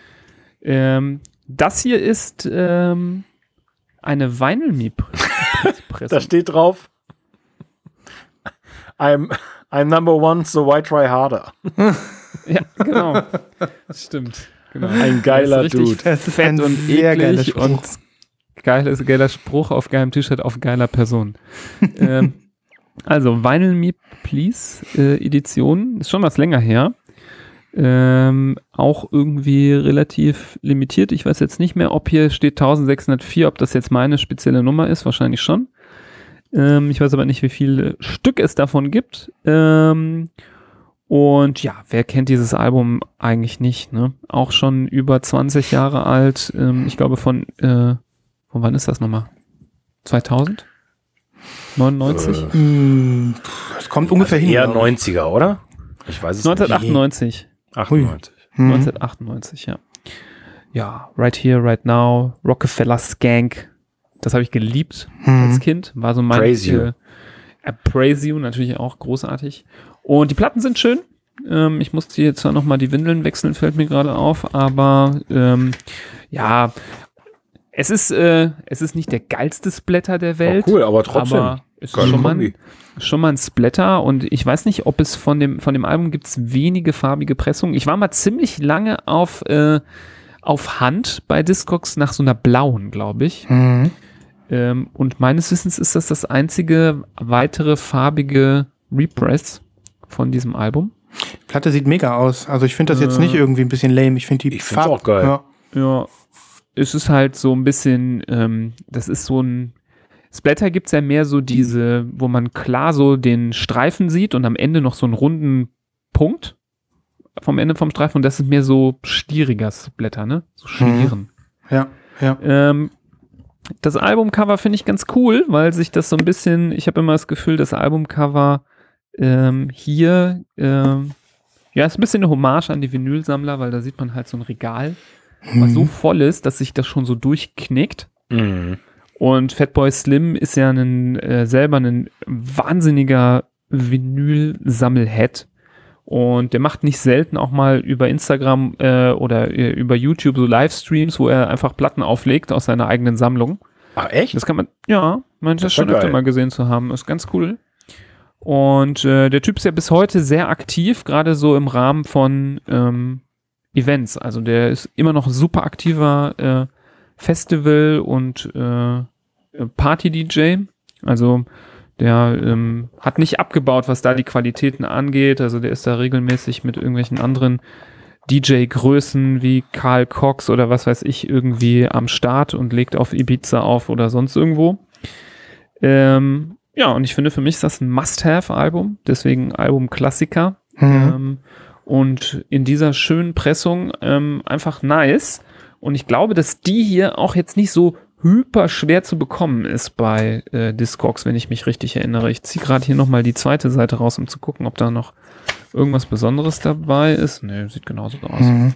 Das hier ist eine Vinyl-Me-Presse. Da steht drauf, I'm number one, so why try harder? Ja, genau. Stimmt. Genau. Ein geiler Das ist richtig Dude. Das ist fett ein und sehr geiler eklig Spruch. und geiler Spruch auf geilem T-Shirt auf geiler Person. Also Vinyl Me Please Edition, ist schon was länger her. Auch irgendwie relativ limitiert. Ich weiß jetzt nicht mehr, ob hier steht 1604, ob das jetzt meine spezielle Nummer ist, wahrscheinlich schon. Ich weiß aber nicht, wie viele Stück es davon gibt. Und ja, wer kennt dieses Album eigentlich nicht, ne? Auch schon über 20 Jahre alt. Ich glaube von wann ist das nochmal? 2000? 99? Das kommt ungefähr hin. Eher glaub ich. 90er, oder? Ich weiß es 1998. nicht. 98. 1998, ja. Ja, Right Here, Right Now, Rockefeller Skank. Das habe ich geliebt als Kind. War so mein Praise You. Praise You, natürlich auch großartig. Und die Platten sind schön. Ich musste jetzt zwar nochmal die Windeln wechseln, fällt mir gerade auf, aber ja, es ist nicht der geilste Splatter der Welt. Oh, cool, aber trotzdem. Aber es ist Geile schon mal ein Splatter und ich weiß nicht, ob es von dem Album gibt es wenige farbige Pressungen. Ich war mal ziemlich lange auf Hand bei Discogs nach so einer blauen, glaube ich. Und meines Wissens ist das einzige weitere farbige Repress von diesem Album. Die Platte sieht mega aus. Also ich finde das jetzt nicht irgendwie ein bisschen lame. Ich finde die find's auch geil. Ja. Ja, es ist halt so ein bisschen, das ist so ein Splatter gibt's ja mehr so diese, wo man klar so den Streifen sieht und am Ende noch so einen runden Punkt vom Ende vom Streifen und das ist mehr so stieriger Splatter, ne? So Schlieren. Ja. Das Albumcover finde ich ganz cool, weil sich das so ein bisschen, ich habe immer das Gefühl, das Albumcover hier, ja, ist ein bisschen eine Hommage an die Vinylsammler, weil da sieht man halt so ein Regal, was so voll ist, dass sich das schon so durchknickt. Und Fatboy Slim ist ja selber ein wahnsinniger Vinyl-Sammelhead. Und der macht nicht selten auch mal über Instagram oder über YouTube so Livestreams, wo er einfach Platten auflegt aus seiner eigenen Sammlung. Ach, echt? Das kann man, ja, man das ist schon ja öfter geil. mal gesehen zu haben. Ist ganz cool. Und der Typ ist ja bis heute sehr aktiv, gerade so im Rahmen von Events. Also der ist immer noch super aktiver Festival- und Party-DJ. Also der hat nicht abgebaut, was da die Qualitäten angeht. Also der ist da regelmäßig mit irgendwelchen anderen DJ-Größen wie Carl Cox oder was weiß ich irgendwie am Start und legt auf Ibiza auf oder sonst irgendwo. Ja, und ich finde, für mich ist das ein Must-Have-Album, deswegen Album-Klassiker. Und in dieser schönen Pressung einfach nice. Und ich glaube, dass die hier auch jetzt nicht so hyper schwer zu bekommen ist bei Discogs, wenn ich mich richtig erinnere. Ich ziehe gerade hier nochmal die zweite Seite raus, um zu gucken, ob da noch irgendwas Besonderes dabei ist. Ne, sieht genauso aus.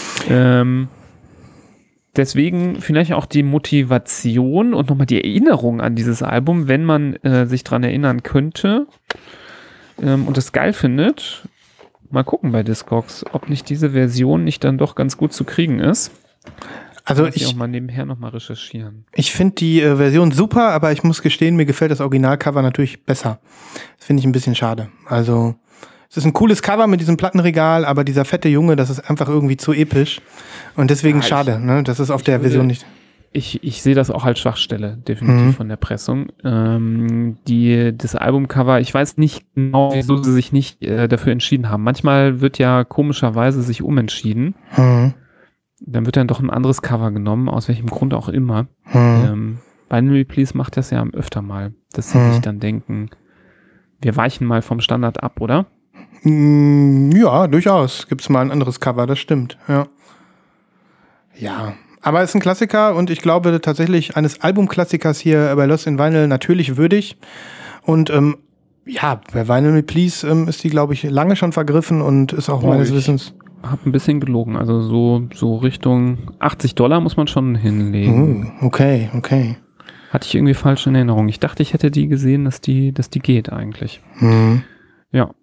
Deswegen vielleicht auch die Motivation und nochmal die Erinnerung an dieses Album, wenn man sich dran erinnern könnte und es geil findet. Mal gucken bei Discogs, ob nicht diese Version nicht dann doch ganz gut zu kriegen ist. Also ich auch mal nebenher nochmal recherchieren. Ich finde die Version super, aber ich muss gestehen, mir gefällt das Originalcover natürlich besser. Das finde ich ein bisschen schade. Also es ist ein cooles Cover mit diesem Plattenregal, aber dieser fette Junge, das ist einfach irgendwie zu episch. Und deswegen schade, ne? Das ist auf der Version nicht. Ich sehe das auch als Schwachstelle, definitiv von der Pressung. Das Albumcover, ich weiß nicht genau, wieso sie sich nicht dafür entschieden haben. Manchmal wird ja komischerweise sich umentschieden. Dann wird dann doch ein anderes Cover genommen, aus welchem Grund auch immer. Binary Please macht das ja öfter mal, dass sie sich dann denken, wir weichen mal vom Standard ab, oder? Ja, durchaus. Gibt's mal ein anderes Cover, das stimmt. Ja. Ja, aber es ist ein Klassiker und ich glaube tatsächlich eines Albumklassikers hier bei Lost in Vinyl natürlich würdig. Und ja, bei Vinyl Me Please ist die, glaube ich, lange schon vergriffen und ist auch meines Wissens. Hab ein bisschen gelogen, also so Richtung $80 muss man schon hinlegen. Okay. Hatte ich irgendwie falsch in Erinnerung. Ich dachte, ich hätte die gesehen, dass die geht eigentlich. Ja.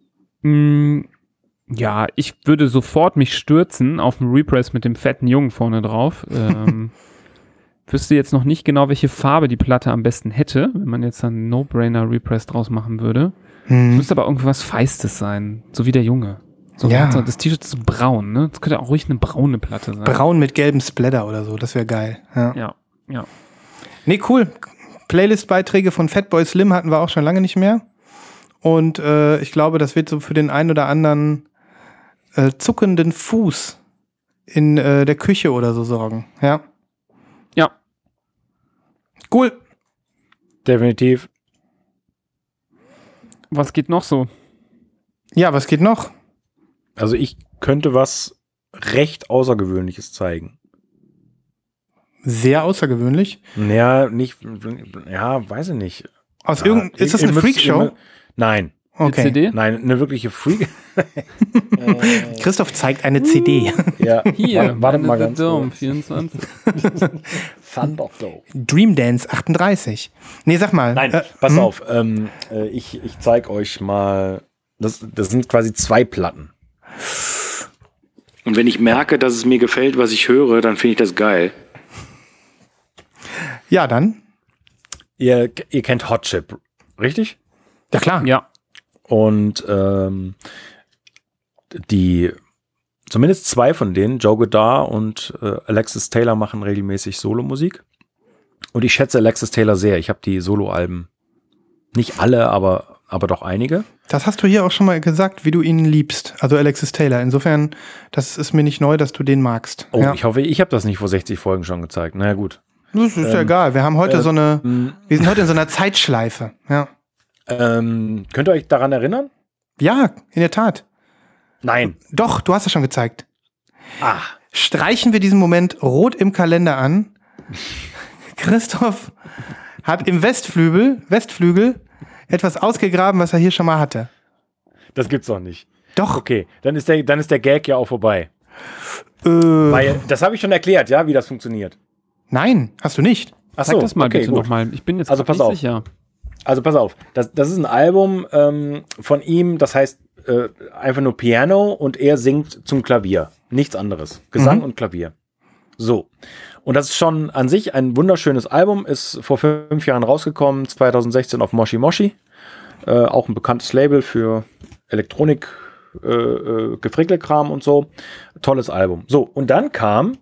Ja, ich würde sofort mich stürzen auf den Repress mit dem fetten Jungen vorne drauf. Wüsste jetzt noch nicht genau, welche Farbe die Platte am besten hätte, wenn man jetzt einen No-Brainer Repress draus machen würde. Es müsste aber irgendwas Feistes sein, so wie der Junge. So, Ja. das T-Shirt ist so braun, ne? Das könnte auch ruhig eine braune Platte sein. Braun mit gelbem Splatter oder so, das wäre geil. Ja. Ja. Nee, cool. Playlist-Beiträge von Fatboy Slim hatten wir auch schon lange nicht mehr. Und ich glaube, das wird so für den einen oder anderen zuckenden Fuß in der Küche oder so sorgen. Ja. Ja. Cool. Definitiv. Was geht noch so? Ja, was geht noch? Also ich könnte was recht Außergewöhnliches zeigen. Sehr außergewöhnlich. Ja, weiß ich nicht. Ist das eine Freakshow? Nein. Okay. CD? Nein, eine wirkliche Freak. Christoph zeigt eine CD. Ja, Hier, warte mal The ganz Dome, kurz. 24. Thunderdome. Dream Dance 38. Nee, sag mal. Nein, pass auf. Ich zeig euch mal. Das sind quasi 2 Platten. Und wenn ich merke, dass es mir gefällt, was ich höre, dann finde ich das geil. Ja, dann. Ihr kennt Hot Chip, richtig? Ja, klar. Ja. Und zumindest 2 von denen, Joe Goddard und Alexis Taylor, machen regelmäßig Solomusik. Und ich schätze Alexis Taylor sehr. Ich habe die Soloalben, nicht alle, aber doch einige. Das hast du hier auch schon mal gesagt, wie du ihn liebst. Also Alexis Taylor. Insofern, das ist mir nicht neu, dass du den magst. Oh, ja. ich hoffe, ich habe das nicht vor 60 Folgen schon gezeigt. Naja, gut. Das ist ja egal. Wir haben heute wir sind heute in so einer Zeitschleife. Ja. Könnt ihr euch daran erinnern? Ja, in der Tat. Nein. Doch, du hast es schon gezeigt. Ah. Streichen wir diesen Moment rot im Kalender an. Christoph hat im Westflügel etwas ausgegraben, was er hier schon mal hatte. Das gibt's doch nicht. Doch. Okay, dann ist der Gag ja auch vorbei. Weil, das habe ich schon erklärt, ja, wie das funktioniert. Nein, hast du nicht. Ach Sag so, das mal okay, bitte gut. nochmal. Ich bin jetzt Also grad pass nicht auf. sicher. Also pass auf, das ist ein Album von ihm, das heißt einfach nur Piano und er singt zum Klavier. Nichts anderes. Gesang und Klavier. So. Und das ist schon an sich ein wunderschönes Album, ist vor 5 Jahren rausgekommen, 2016 auf Moshi Moshi. Auch ein bekanntes Label für Elektronik, Gefrickelkram und so. Tolles Album. So, und dann kam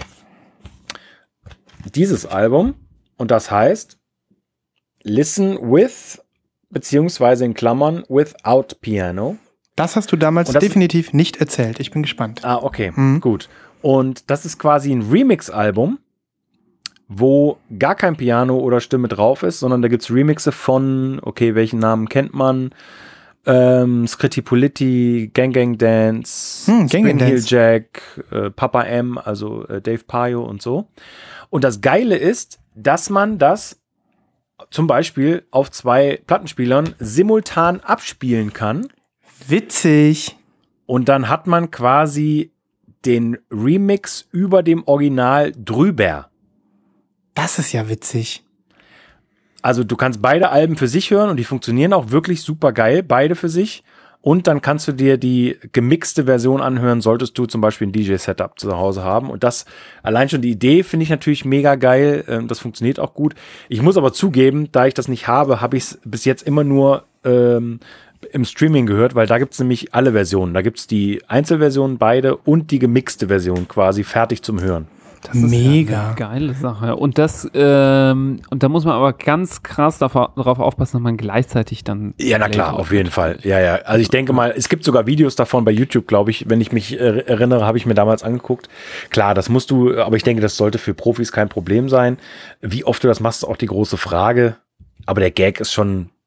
dieses Album und das heißt Listen with, beziehungsweise in Klammern, without Piano. Das hast du damals definitiv nicht erzählt. Ich bin gespannt. Ah, okay, gut. Und das ist quasi ein Remix-Album, wo gar kein Piano oder Stimme drauf ist, sondern da gibt es Remixe von, okay, welchen Namen kennt man? Scritti Politti, Gang Gang Dance, Gang Gang Hill Jack, Papa M, also Dave Payo und so. Und das Geile ist, dass man das zum Beispiel auf 2 Plattenspielern simultan abspielen kann. Witzig. Und dann hat man quasi den Remix über dem Original drüber. Das ist ja witzig. Also du kannst beide Alben für sich hören und die funktionieren auch wirklich super geil, beide für sich. Und dann kannst du dir die gemixte Version anhören, solltest du zum Beispiel ein DJ-Setup zu Hause haben. Und das, allein schon die Idee finde ich natürlich mega geil. Das funktioniert auch gut. Ich muss aber zugeben, da ich das nicht habe, habe ich es bis jetzt immer nur im Streaming gehört, weil da gibt es nämlich alle Versionen. Da gibt es die Einzelversionen, beide und die gemixte Version quasi fertig zum Hören. Das ist mega. Ja eine geile Sache. Und das, und da muss man aber ganz krass darauf aufpassen, dass man gleichzeitig dann. Ja, na klar, auf jeden Fall. Ja, ja. Also ich denke mal, es gibt sogar Videos davon bei YouTube, glaube ich. Wenn ich mich erinnere, habe ich mir damals angeguckt. Klar, das musst du, aber ich denke, das sollte für Profis kein Problem sein. Wie oft du das machst, ist auch die große Frage. Aber der Gag ist schon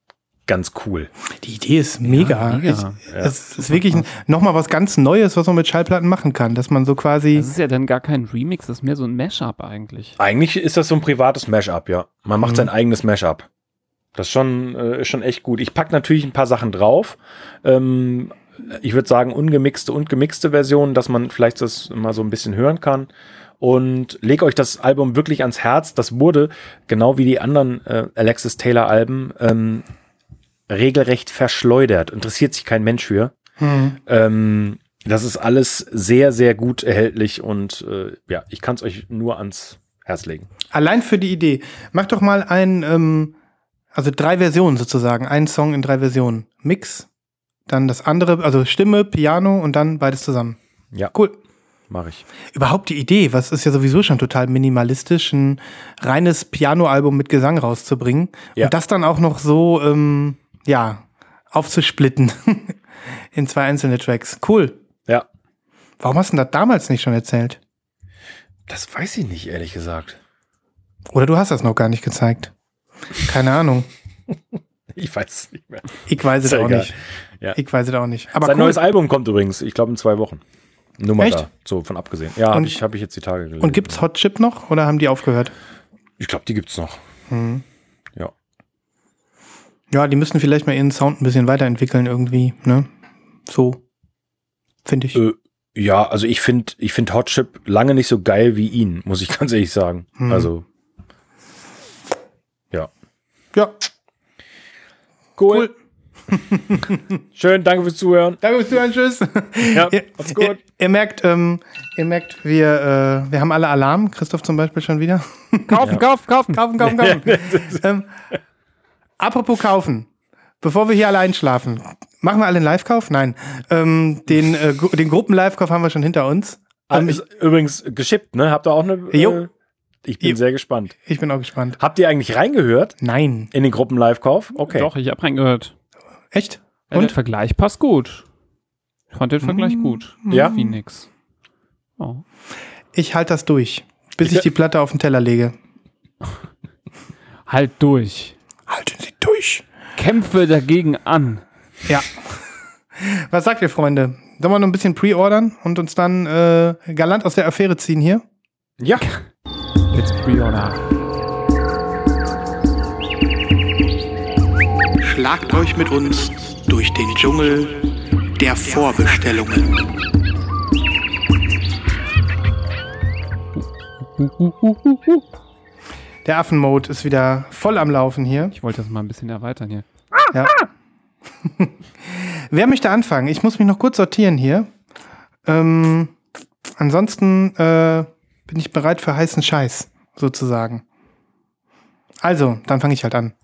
ganz cool. Die Idee ist mega. Ja, mega. Es ist wirklich nochmal was ganz Neues, was man mit Schallplatten machen kann, dass man so quasi... Das ist ja dann gar kein Remix, das ist mehr so ein Mashup eigentlich. Eigentlich ist das so ein privates Mashup, ja. Man macht sein eigenes Mashup. Das ist schon echt gut. Ich packe natürlich ein paar Sachen drauf. Ich würde sagen, ungemixte und gemixte Versionen, dass man vielleicht das mal so ein bisschen hören kann. Und lege euch das Album wirklich ans Herz. Das wurde, genau wie die anderen Alexis Taylor Alben, regelrecht verschleudert. Interessiert sich kein Mensch für. Das ist alles sehr, sehr gut erhältlich und ja, ich kann es euch nur ans Herz legen. Allein für die Idee. Mach doch mal also 3 Versionen sozusagen. Einen Song in 3 Versionen. Mix, dann das andere, also Stimme, Piano und dann beides zusammen. Ja. Cool. Mache ich. Überhaupt die Idee, was ist ja sowieso schon total minimalistisch, ein reines Pianoalbum mit Gesang rauszubringen Ja. und das dann auch noch so, aufzusplitten in 2 einzelne Tracks. Cool. Ja. Warum hast du das damals nicht schon erzählt? Das weiß ich nicht, ehrlich gesagt. Oder du hast das noch gar nicht gezeigt. Keine Ahnung. Ich weiß es nicht mehr. Ich weiß es Ist ja auch egal. nicht. Ja. Ich weiß es auch nicht. Aber Sein cool. neues Album kommt übrigens, ich glaube in 2 Wochen. Nur mal Echt? da, so von abgesehen. Ja, Und- hab ich jetzt die Tage gelesen. Und gibt's Hot Chip noch oder haben die aufgehört? Ich glaube, die gibt's noch. Ja. Ja, die müssen vielleicht mal ihren Sound ein bisschen weiterentwickeln irgendwie, ne? So. Finde ich. Ja, also ich find Hot Chip lange nicht so geil wie ihn, muss ich ganz ehrlich sagen. Also, ja. Ja. Cool. Schön, danke fürs Zuhören. Danke fürs Zuhören, tschüss. Ja, Ihr, macht's gut. ihr merkt, wir haben alle Alarm. Christoph zum Beispiel schon wieder. Kaufen. Kaufen. Apropos kaufen. Bevor wir hier alle einschlafen, machen wir alle einen Live-Kauf? Nein. Den Gruppen-Live-Kauf haben wir schon hinter uns. Ist übrigens geschippt, ne? Habt ihr auch eine? Jo. Ich bin sehr gespannt. Ich bin auch gespannt. Habt ihr eigentlich reingehört Nein. in den Gruppen-Live-Kauf? Okay. Doch, ich habe reingehört. Echt? Ja, der Und? Vergleich passt gut. Ich fand den Vergleich gut. Ja? Wie nix. Oh. Ich halte das durch, bis ich die Platte auf den Teller lege. Halt durch. Halten Sie durch. Kämpfe dagegen an. Ja. Was sagt ihr, Freunde? Sollen wir noch ein bisschen pre-ordern und uns dann galant aus der Affäre ziehen hier? Ja. Let's pre-order. Schlagt euch mit uns durch den Dschungel der Vorbestellungen. Der Affenmode ist wieder voll am Laufen hier. Ich wollte das mal ein bisschen erweitern hier. Ja. Wer möchte anfangen? Ich muss mich noch kurz sortieren hier. Ansonsten bin ich bereit für heißen Scheiß, sozusagen. Also, dann fange ich halt an.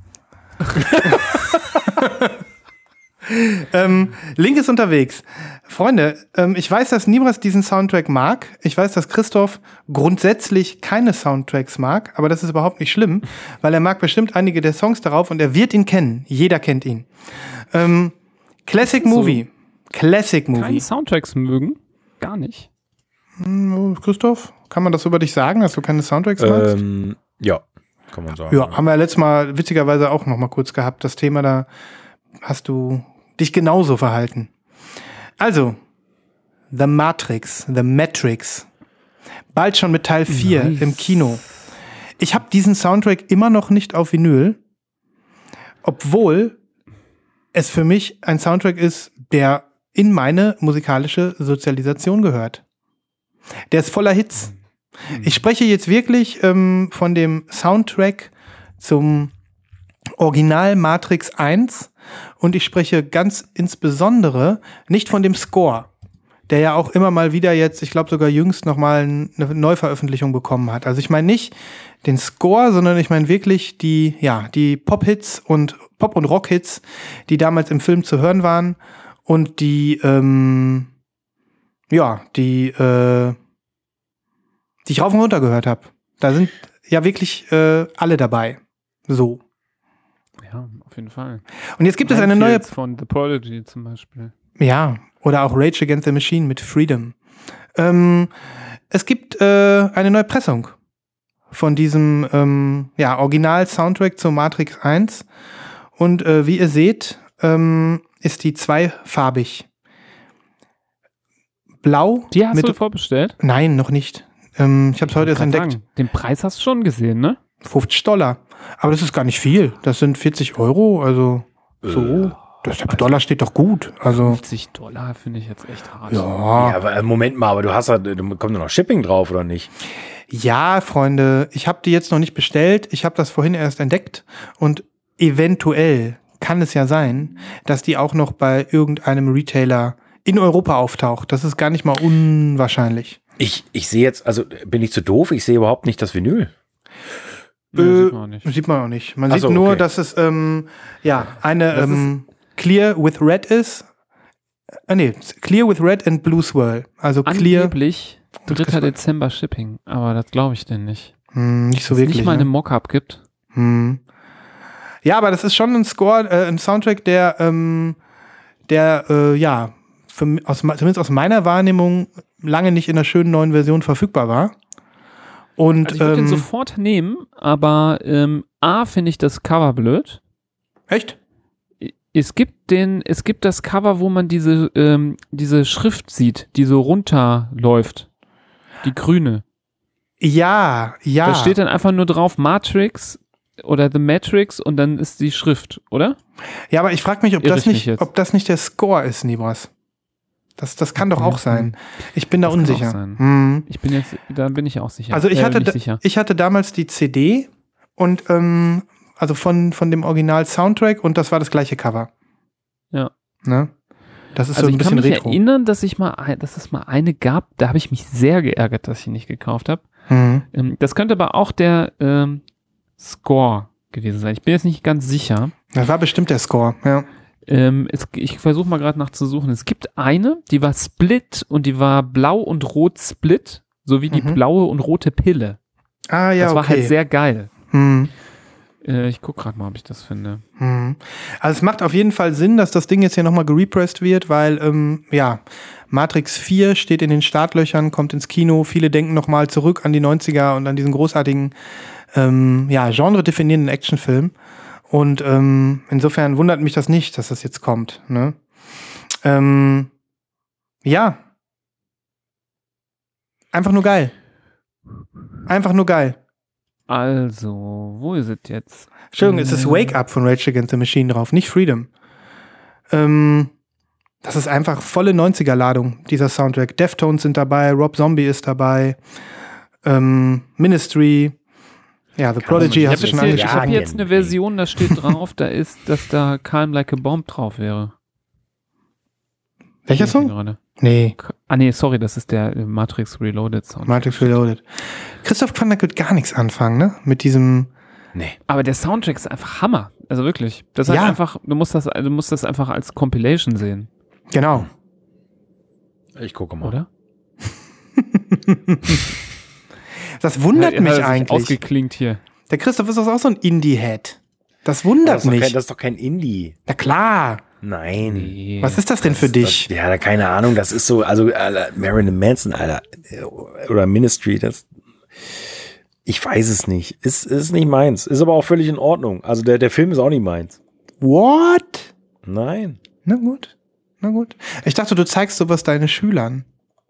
Link ist unterwegs. Freunde, ich weiß, dass Nibras diesen Soundtrack mag. Ich weiß, dass Christoph grundsätzlich keine Soundtracks mag, aber das ist überhaupt nicht schlimm, weil er mag bestimmt einige der Songs darauf und er wird ihn kennen. Jeder kennt ihn. Classic Movie. Classic Keine Movie. Soundtracks mögen? Gar nicht. Christoph, kann man das über dich sagen, dass du keine Soundtracks magst? Ja, kann man sagen. Ja, haben wir ja letztes Mal witzigerweise auch noch mal kurz gehabt, das Thema, da hast du dich genauso verhalten. Also, The Matrix. Bald schon mit Teil 4 im Kino. Ich habe diesen Soundtrack immer noch nicht auf Vinyl, obwohl es für mich ein Soundtrack ist, der in meine musikalische Sozialisation gehört. Der ist voller Hits. Ich spreche jetzt wirklich von dem Soundtrack zum Original Matrix 1 und ich spreche ganz insbesondere nicht von dem Score, der ja auch immer mal wieder jetzt, ich glaube sogar jüngst nochmal eine Neuveröffentlichung bekommen hat. Also ich meine nicht den Score, sondern ich meine wirklich die Pop-Hits und Pop- und Rock-Hits, die damals im Film zu hören waren und die ich rauf und runter gehört habe. Da sind ja wirklich alle dabei. So. Ja, auf jeden Fall. Und jetzt gibt es eine neue... Minefields von The Prodigy zum Beispiel. Ja, oder auch Rage Against the Machine mit Freedom. Es gibt eine neue Pressung von diesem Original-Soundtrack zur Matrix 1. Und wie ihr seht, ist die zweifarbig. Blau. Die hast du vorbestellt? Nein, noch nicht. Ich habe es heute erst entdeckt. Sagen, den Preis hast du schon gesehen, ne? $50. Aber das ist gar nicht viel. Das sind 40 €. Also so. Der Dollar steht doch gut. Also $50 finde ich jetzt echt hart. ja, aber Moment mal, aber du kommt doch noch Shipping drauf, oder nicht? Ja, Freunde, ich habe die jetzt noch nicht bestellt. Ich habe das vorhin erst entdeckt und eventuell kann es ja sein, dass die auch noch bei irgendeinem Retailer in Europa auftaucht. Das ist gar nicht mal unwahrscheinlich. Ich sehe jetzt, also bin ich zu doof? Ich sehe überhaupt nicht das Vinyl. Nee, sieht man auch nicht. Sieht man auch nicht. Man Ach so, sieht nur, okay. dass es eine Clear with Red ist. Clear with Red and Blue Swirl. Also Clear. Angeblich 3. Dezember Shipping, aber das glaube ich denn nicht. Nicht so Dass es wirklich. nicht mal ne? eine Mock-up gibt. Ja, aber das ist schon ein Score, ein Soundtrack, zumindest aus meiner Wahrnehmung lange nicht in einer schönen neuen Version verfügbar war. Und Also ich würde den sofort nehmen, aber A, finde ich das Cover blöd. echt? Es gibt das Cover, wo man diese Schrift sieht, die so runterläuft. Die grüne. Ja. Da steht dann einfach nur drauf Matrix oder The Matrix und dann ist die Schrift, oder? Ja, aber ich frage mich, ob Irre das ich mich nicht, jetzt? ob das nicht der Score ist, Nibras. Das kann doch auch sein. Ich bin da Das kann unsicher. auch sein. Hm. Da bin ich auch sicher. Also ich nicht sicher. hatte damals die CD und also von dem Original-Soundtrack und das war das gleiche Cover. Ja. Ne? Das ist Also so ein ich kann bisschen mich retro. erinnern, dass es mal eine gab, da habe ich mich sehr geärgert, dass ich ihn nicht gekauft habe. Das könnte aber auch der Score gewesen sein. Ich bin jetzt nicht ganz sicher. Das war bestimmt der Score, ja. Ich versuche mal gerade nachzusuchen. Es gibt eine, die war Split und die war blau und rot Split, sowie die blaue und rote Pille. Ah, ja, Das war okay. halt sehr geil. Hm. Ich gucke gerade mal, ob ich das finde. Also es macht auf jeden Fall Sinn, dass das Ding jetzt hier nochmal gerepressed wird, weil, Matrix 4 steht in den Startlöchern, kommt ins Kino. Viele denken nochmal zurück an die 90er und an diesen großartigen, genre-definierenden Actionfilm. Und insofern wundert mich das nicht, dass das jetzt kommt. Ne? Ja. Einfach nur geil. Einfach nur geil. Also, wo ist es jetzt? Entschuldigung, es ist Wake Up von Rage Against the Machine drauf, nicht Freedom. Das ist einfach volle 90er-Ladung, dieser Soundtrack. Deftones sind dabei, Rob Zombie ist dabei, Ministry, ja, The Prodigy hast du schon Ich angesprochen. habe jetzt eine Version, da steht drauf, dass da Calm Like a Bomb drauf wäre. Welcher Sehe ich Song? gerade. Nee, Nee, sorry, das ist der Matrix Reloaded Sound. Matrix Reloaded. Christoph kann damit gar nichts anfangen, ne? Mit diesem, Nee. Aber der Soundtrack ist einfach Hammer. Also wirklich. Das ist Ja. halt einfach, du musst das einfach als Compilation sehen, genau. Ich gucke mal. oder? Das wundert Hat mich sich eigentlich. Ausgeklingt hier. Der Christoph ist doch auch so ein Indie-Head. Das wundert Das ist mich. doch kein Indie. Na klar. Nein. Nee. Was ist das denn für dich? Ja, keine Ahnung. Das ist so, also Marilyn Manson, Alter. Oder Ministry, ich weiß es nicht. Ist nicht meins. Ist aber auch völlig in Ordnung. Also der Film ist auch nicht meins. What? Nein. Na gut. Na gut. Ich dachte, du zeigst sowas deinen Schülern.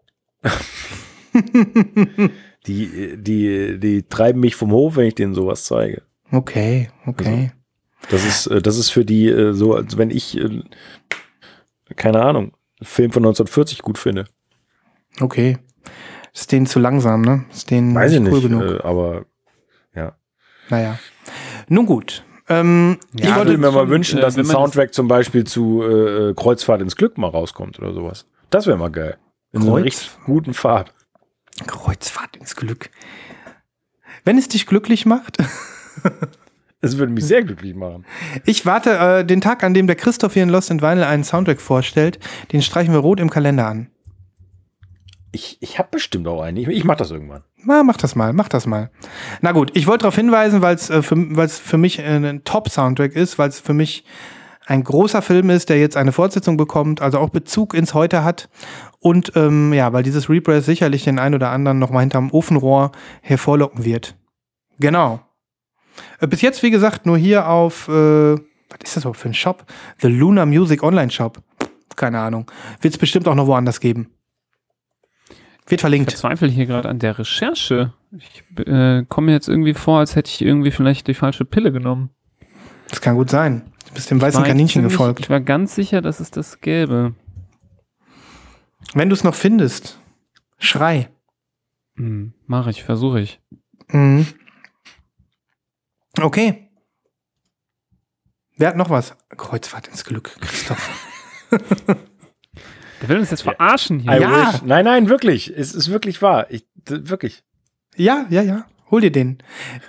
Die treiben mich vom Hof, wenn ich denen sowas zeige. Okay. Das ist für die so, als wenn ich, keine Ahnung, einen Film von 1940 gut finde. Okay. Ist denen zu langsam, ne? Ist denen Weiß ich nicht cool nicht, genug. aber ja. Naja. Nun gut. Ich Ja, würde mir das mal schon, wünschen, dass wenn ein man Soundtrack zum Beispiel zu Kreuzfahrt ins Glück mal rauskommt oder sowas. Das wäre mal geil. In so einer richtig guten Farbe. Kreuzfahrt ins Glück. Wenn es dich glücklich macht. Es würde mich sehr glücklich machen. Ich warte den Tag, an dem der Christoph hier in Lost in Vinyl einen Soundtrack vorstellt. Den streichen wir rot im Kalender an. Ich habe bestimmt auch einen. Ich mache das irgendwann. Na, mach das mal. Na gut, ich wollte darauf hinweisen, weil es für mich ein Top-Soundtrack ist, weil es für mich ein großer Film ist, der jetzt eine Fortsetzung bekommt, also auch Bezug ins Heute hat. Und weil dieses Repress sicherlich den einen oder anderen noch mal hinterm Ofenrohr hervorlocken wird. Genau. Bis jetzt, wie gesagt, nur hier auf Was ist das überhaupt für ein Shop? The Lunar Music Online Shop. Keine Ahnung. Wird es bestimmt auch noch woanders geben. Wird verlinkt. Ich verzweifle hier gerade an der Recherche. Ich komme mir jetzt irgendwie vor, als hätte ich irgendwie vielleicht die falsche Pille genommen. Das kann gut sein. Du bist dem weißen Kaninchen gefolgt. Ich war ganz sicher, dass es das gäbe. Wenn du es noch findest, schrei. Mache ich, versuche ich. Mhm. Okay. Wer hat noch was? Kreuzfahrt ins Glück, Christoph. Der will uns jetzt verarschen hier. Ja. Nein, wirklich. Es ist wirklich wahr. Wirklich. Ja. Hol dir den.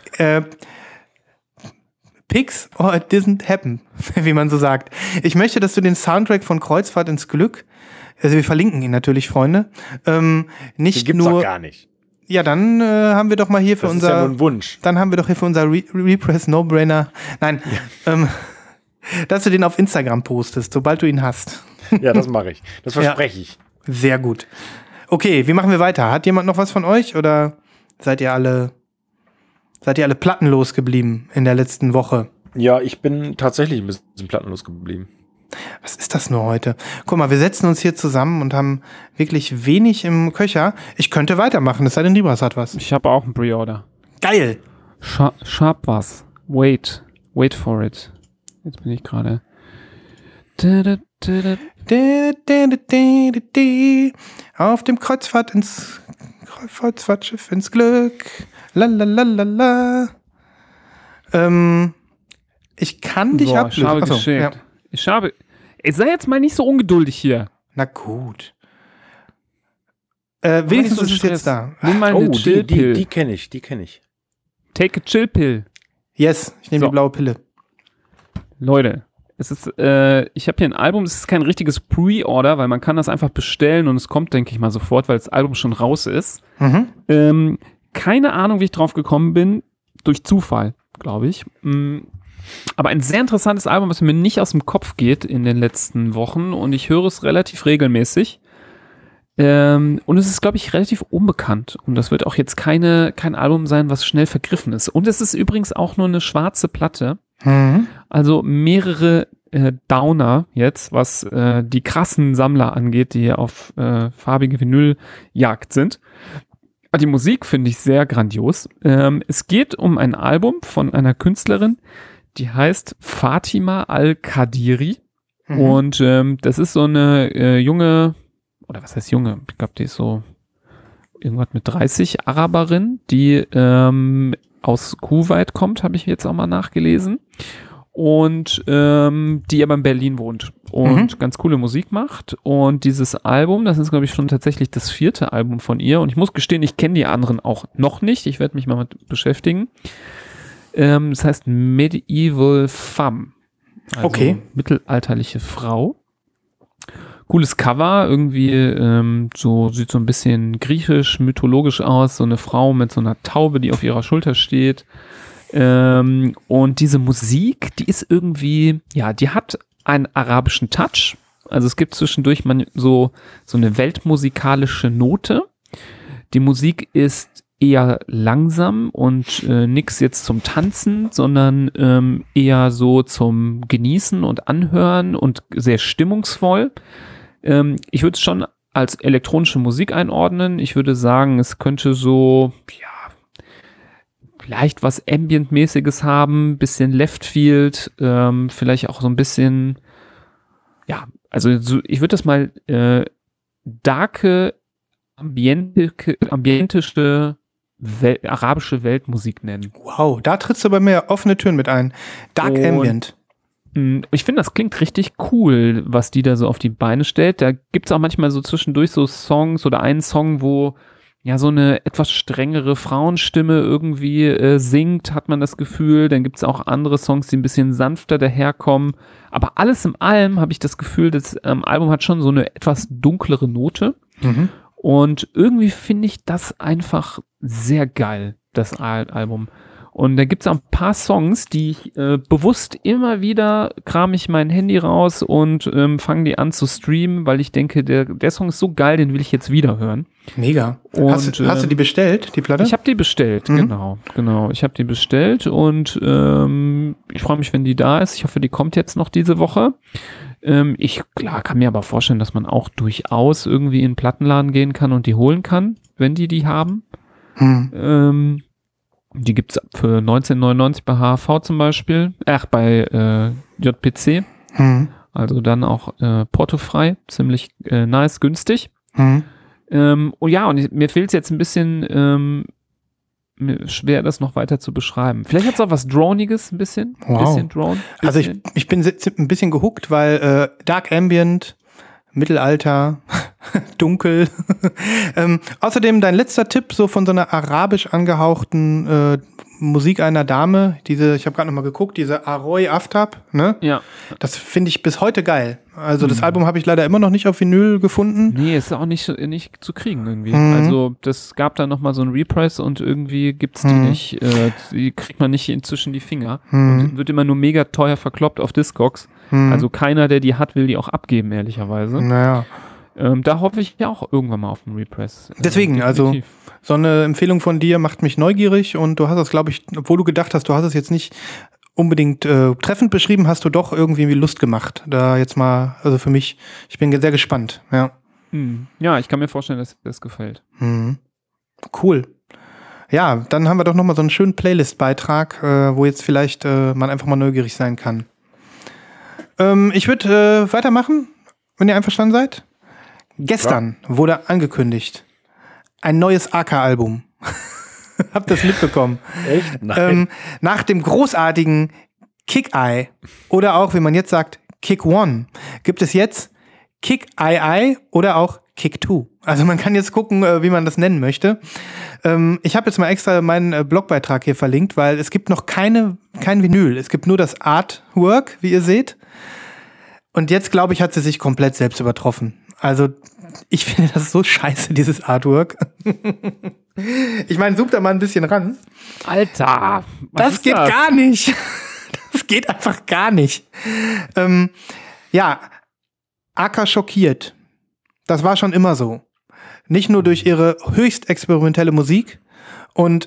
Pigs or it didn't happen, wie man so sagt. Ich möchte, dass du den Soundtrack von Kreuzfahrt ins Glück, also wir verlinken ihn natürlich, Freunde, nicht Den gibt's nur... doch gar nicht. Ja, dann haben wir doch mal hier für Das unser... ist ja nur ein Wunsch. Dann haben wir doch hier für unser Repress No-Brainer... Nein, dass du den auf Instagram postest, sobald du ihn hast. Ja, das mache ich. Das verspreche ich. Sehr gut. Okay, wie machen wir weiter? Hat jemand noch was von euch oder seid ihr alle plattenlos geblieben in der letzten Woche? Ja, ich bin tatsächlich ein bisschen plattenlos geblieben. Was ist das nur heute? Guck mal, wir setzen uns hier zusammen und haben wirklich wenig im Köcher. Ich könnte weitermachen, es sei denn, Libras hat was. Ich habe auch einen Pre-Order. Geil! Sharp was. Wait for it. Jetzt bin ich gerade. Auf dem Kreuzfahrtschiff ins Glück. Lalalala. Ich kann dich ablösen. Ich habe geschickt. Ja. Sei jetzt mal nicht so ungeduldig hier. Na gut. Wenigstens so ist es jetzt da. Nimm mal eine Chill-Pill. Die kenne ich. Take a Chill-Pill. Yes, ich nehme die blaue Pille. Leute, es ist, ich habe hier ein Album, es ist kein richtiges Pre-Order, weil man kann das einfach bestellen und es kommt, denke ich mal, sofort, weil das Album schon raus ist. Keine Ahnung, wie ich drauf gekommen bin, durch Zufall, glaube ich. Aber ein sehr interessantes Album, was mir nicht aus dem Kopf geht in den letzten Wochen und ich höre es relativ regelmäßig. Und es ist, glaube ich, relativ unbekannt. Und das wird auch jetzt kein Album sein, was schnell vergriffen ist. Und es ist übrigens auch nur eine schwarze Platte. Also mehrere Downer jetzt, was die krassen Sammler angeht, die auf farbige Vinyljagd sind. Die Musik finde ich sehr grandios. Es geht um ein Album von einer Künstlerin, die heißt Fatima Al-Qadiri. Und das ist so eine junge, oder was heißt junge? Ich glaube, die ist so irgendwas mit 30, Araberin, die aus Kuwait kommt, habe ich jetzt auch mal nachgelesen. Und die aber in Berlin wohnt und ganz coole Musik macht. Und dieses Album, das ist, glaube ich, schon tatsächlich das 4. Album von ihr. Und ich muss gestehen, ich kenne die anderen auch noch nicht. Ich werde mich mal mit beschäftigen. Das heißt Medieval Femme. Also okay. Mittelalterliche Frau. Cooles Cover, irgendwie sieht so ein bisschen griechisch, mythologisch aus. So eine Frau mit so einer Taube, die auf ihrer Schulter steht. Und diese Musik, die ist irgendwie, ja, die hat einen arabischen Touch. Also es gibt zwischendurch so eine weltmusikalische Note. Die Musik ist eher langsam und nix jetzt zum Tanzen, sondern eher so zum Genießen und Anhören und sehr stimmungsvoll. Ich würde es schon als elektronische Musik einordnen. Ich würde sagen, es könnte so, ja, vielleicht was Ambient-mäßiges haben, bisschen Leftfield, vielleicht auch so ein bisschen, ja, also ich würde das mal darke, ambientische arabische Weltmusik nennen. Wow, da trittst du bei mir offene Türen mit ein. Dark Ambient. Ich finde, das klingt richtig cool, was die da so auf die Beine stellt. Da gibt es auch manchmal so zwischendurch so Songs oder einen Song, wo ja so eine etwas strengere Frauenstimme irgendwie singt, hat man das Gefühl. Dann gibt es auch andere Songs, die ein bisschen sanfter daherkommen. Aber alles in allem habe ich das Gefühl, das Album hat schon so eine etwas dunklere Note. Und irgendwie finde ich das einfach sehr geil, das Album. Und da gibt es auch ein paar Songs, die ich bewusst immer wieder kram ich mein Handy raus und fange die an zu streamen, weil ich denke, der Song ist so geil, den will ich jetzt wieder hören. Mega. Und, hast du die bestellt, die Platte? Ich habe die bestellt, genau. Ich habe die bestellt und ich freue mich, wenn die da ist. Ich hoffe, die kommt jetzt noch diese Woche. Kann mir aber vorstellen, dass man auch durchaus irgendwie in den Plattenladen gehen kann und die holen kann, wenn die haben. Die gibt's für 19,99 bei HAV zum Beispiel. bei JPC. Also dann auch portofrei. Ziemlich nice, günstig. Und mir fehlt es jetzt ein bisschen schwer, das noch weiter zu beschreiben. Vielleicht hat es auch was Droniges, ein bisschen. Wow. Bisschen Drone. Also ich bin ein bisschen gehuckt, weil Dark Ambient, Mittelalter, dunkel. Außerdem dein letzter Tipp so von so einer arabisch angehauchten Musik einer Dame, ich habe gerade nochmal geguckt, diese Aroy Aftab, ne? Ja. Das finde ich bis heute geil. Also das Album habe ich leider immer noch nicht auf Vinyl gefunden. Nee, ist auch nicht zu kriegen irgendwie. Also das gab da nochmal so ein Repress und irgendwie gibt's die nicht. Die kriegt man nicht inzwischen die Finger. Und wird immer nur mega teuer verkloppt auf Discogs. Also keiner, der die hat, will die auch abgeben, ehrlicherweise. Naja. Da hoffe ich ja auch irgendwann mal auf den Repress. Deswegen, also so eine Empfehlung von dir macht mich neugierig und du hast es, glaube ich, obwohl du gedacht hast, du hast es jetzt nicht unbedingt treffend beschrieben, hast du doch irgendwie Lust gemacht. Da jetzt mal, also für mich, ich bin sehr gespannt, ja. Ja, ich kann mir vorstellen, dass dir das gefällt. Cool. Ja, dann haben wir doch nochmal so einen schönen Playlist-Beitrag, wo jetzt vielleicht man einfach mal neugierig sein kann. Ich würde weitermachen, wenn ihr einverstanden seid. Gestern wurde angekündigt, ein neues AK-Album. Habt ihr das mitbekommen? Echt? Nein. Nach dem großartigen Kick-Eye oder auch, wie man jetzt sagt, Kick-One, gibt es jetzt Kick-Eye oder auch Kick-Two. Also man kann jetzt gucken, wie man das nennen möchte. Ich habe jetzt mal extra meinen Blogbeitrag hier verlinkt, weil es gibt noch kein Vinyl. Es gibt nur das Artwork, wie ihr seht. Und jetzt, glaube ich, hat sie sich komplett selbst übertroffen. Also ich finde das so scheiße, dieses Artwork. Ich meine, zoom da mal ein bisschen ran. Alter! Das geht gar nicht. Das geht einfach gar nicht. AK schockiert. Das war schon immer so. Nicht nur durch ihre höchst experimentelle Musik und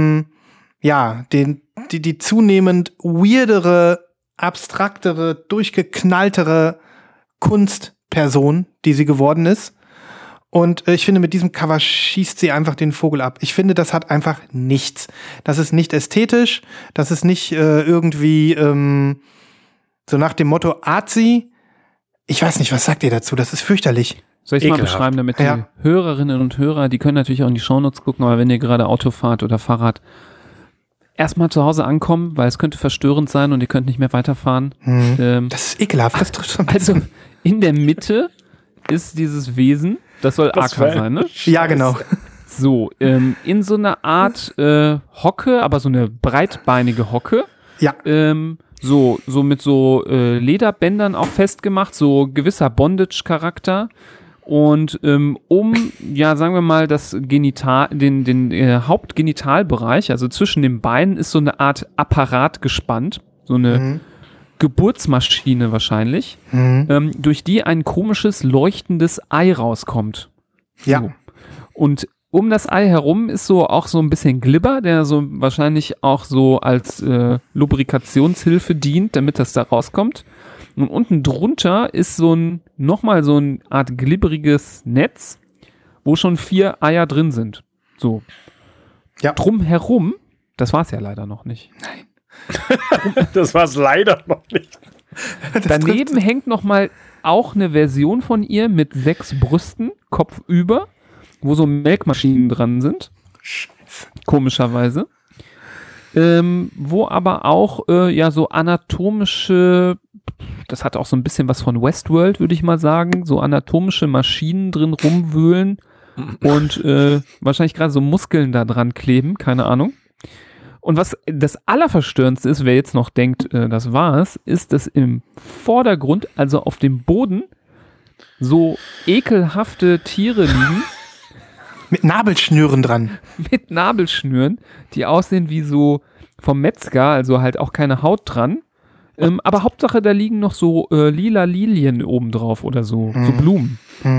die zunehmend weirdere, abstraktere, durchgeknalltere Kunstperson, die sie geworden ist. Und ich finde, mit diesem Cover schießt sie einfach den Vogel ab. Ich finde, das hat einfach nichts. Das ist nicht ästhetisch, das ist nicht irgendwie so nach dem Motto Artsy. Ich weiß nicht, was sagt ihr dazu? Das ist fürchterlich. Soll ich mal beschreiben, damit die Hörerinnen und Hörer, die können natürlich auch in die Shownotes gucken, aber wenn ihr gerade Auto fahrt oder Fahrrad, erstmal zu Hause ankommen, weil es könnte verstörend sein und ihr könnt nicht mehr weiterfahren. Das ist ekelhaft. Das trifft schon. Also in der Mitte ist dieses Wesen, das soll AK sein, ne? Ja, genau. So, in so einer Art Hocke, aber so eine breitbeinige Hocke. Ja. So mit so Lederbändern auch festgemacht, so gewisser Bondage-Charakter. Und sagen wir mal, das den Hauptgenitalbereich, also zwischen den Beinen, ist so eine Art Apparat gespannt, so eine Geburtsmaschine wahrscheinlich, durch die ein komisches, leuchtendes Ei rauskommt. Ja. So. Und um das Ei herum ist so auch so ein bisschen Glibber, der so wahrscheinlich auch so als Lubrikationshilfe dient, damit das da rauskommt. Und unten drunter ist nochmal so eine Art glibberiges Netz, wo schon 4 Eier drin sind. So. Ja. Drumherum, das war es ja leider noch nicht. Nein. Das war es leider noch nicht. Daneben hängt nochmal auch eine Version von ihr mit 6 Brüsten, kopfüber, wo so Melkmaschinen dran sind. Scheiße. Komischerweise. Wo aber auch so anatomische, das hat auch so ein bisschen was von Westworld, würde ich mal sagen, so anatomische Maschinen drin rumwühlen und wahrscheinlich gerade so Muskeln da dran kleben, keine Ahnung. Und was das Allerverstörendste ist, wer jetzt noch denkt, das war's, ist, dass im Vordergrund, also auf dem Boden, so ekelhafte Tiere liegen. Mit Nabelschnüren dran. Mit Nabelschnüren, die aussehen wie so vom Metzger, also halt auch keine Haut dran. Aber Hauptsache, da liegen noch so lila Lilien oben drauf oder so, so Blumen.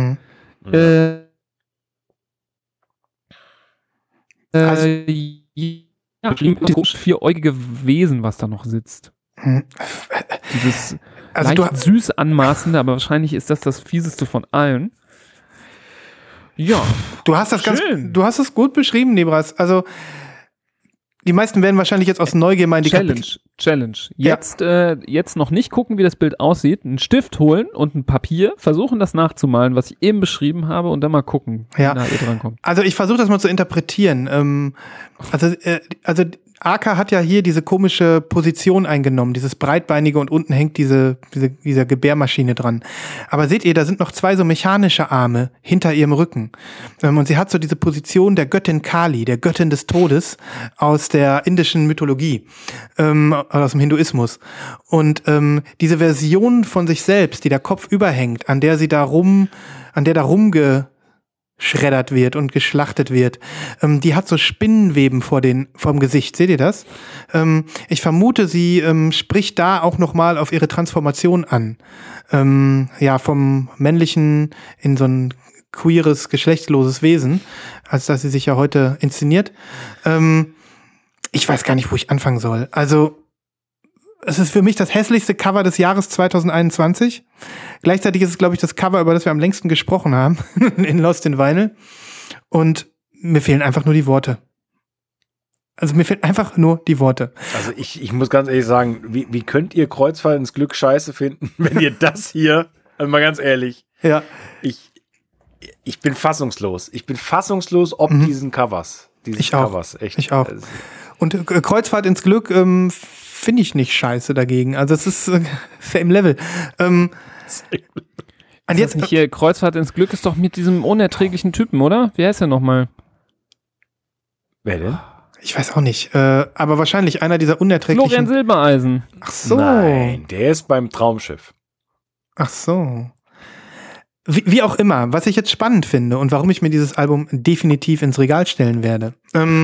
Ja, dieses vieräugige Wesen, was da noch sitzt. Dieses leicht süß anmaßende, aber wahrscheinlich ist das Fieseste von allen. Ja. Du hast es gut beschrieben, Nebras. Also, die meisten werden wahrscheinlich jetzt aus Neugier meinen Challenge. Jetzt noch nicht gucken, wie das Bild aussieht. Einen Stift holen und ein Papier, versuchen das nachzumalen, was ich eben beschrieben habe, und dann mal gucken, wie nah ihr drankommt. Also ich versuche das mal zu interpretieren. Also Aka hat ja hier diese komische Position eingenommen, dieses breitbeinige, und unten hängt dieser Gebärmaschine dran. Aber seht ihr, da sind noch 2 so mechanische Arme hinter ihrem Rücken. Und sie hat so diese Position der Göttin Kali, der Göttin des Todes aus der indischen Mythologie, aus dem Hinduismus. Und diese Version von sich selbst, die der Kopf überhängt, an der da rumgeschreddert wird und geschlachtet wird. Die hat so Spinnenweben vorm Gesicht. Seht ihr das? Ich vermute, sie spricht da auch nochmal auf ihre Transformation an. Vom männlichen in so ein queeres, geschlechtsloses Wesen, als dass sie sich ja heute inszeniert. Ich weiß gar nicht, wo ich anfangen soll. Also, es ist für mich das hässlichste Cover des Jahres 2021. Gleichzeitig ist es, glaube ich, das Cover, über das wir am längsten gesprochen haben, in Lost in Vinyl. Und mir fehlen einfach nur die Worte. Also ich muss ganz ehrlich sagen, wie könnt ihr Kreuzfahrt ins Glück scheiße finden, wenn ihr das hier, also mal ganz ehrlich. Ja. Ich bin fassungslos. Ich bin fassungslos ob diesen Covers. Ich auch. Echt. Ich auch. Und Kreuzfahrt ins Glück finde ich nicht scheiße dagegen. Also es ist same level. Und jetzt nicht hier, Kreuzfahrt ins Glück ist doch mit diesem unerträglichen Typen, oder? Wie heißt der nochmal? Wer denn? Ich weiß auch nicht. Aber wahrscheinlich einer dieser unerträglichen... Florian Silbereisen. Ach so. Nein, der ist beim Traumschiff. Ach so. Wie auch immer, was ich jetzt spannend finde und warum ich mir dieses Album definitiv ins Regal stellen werde.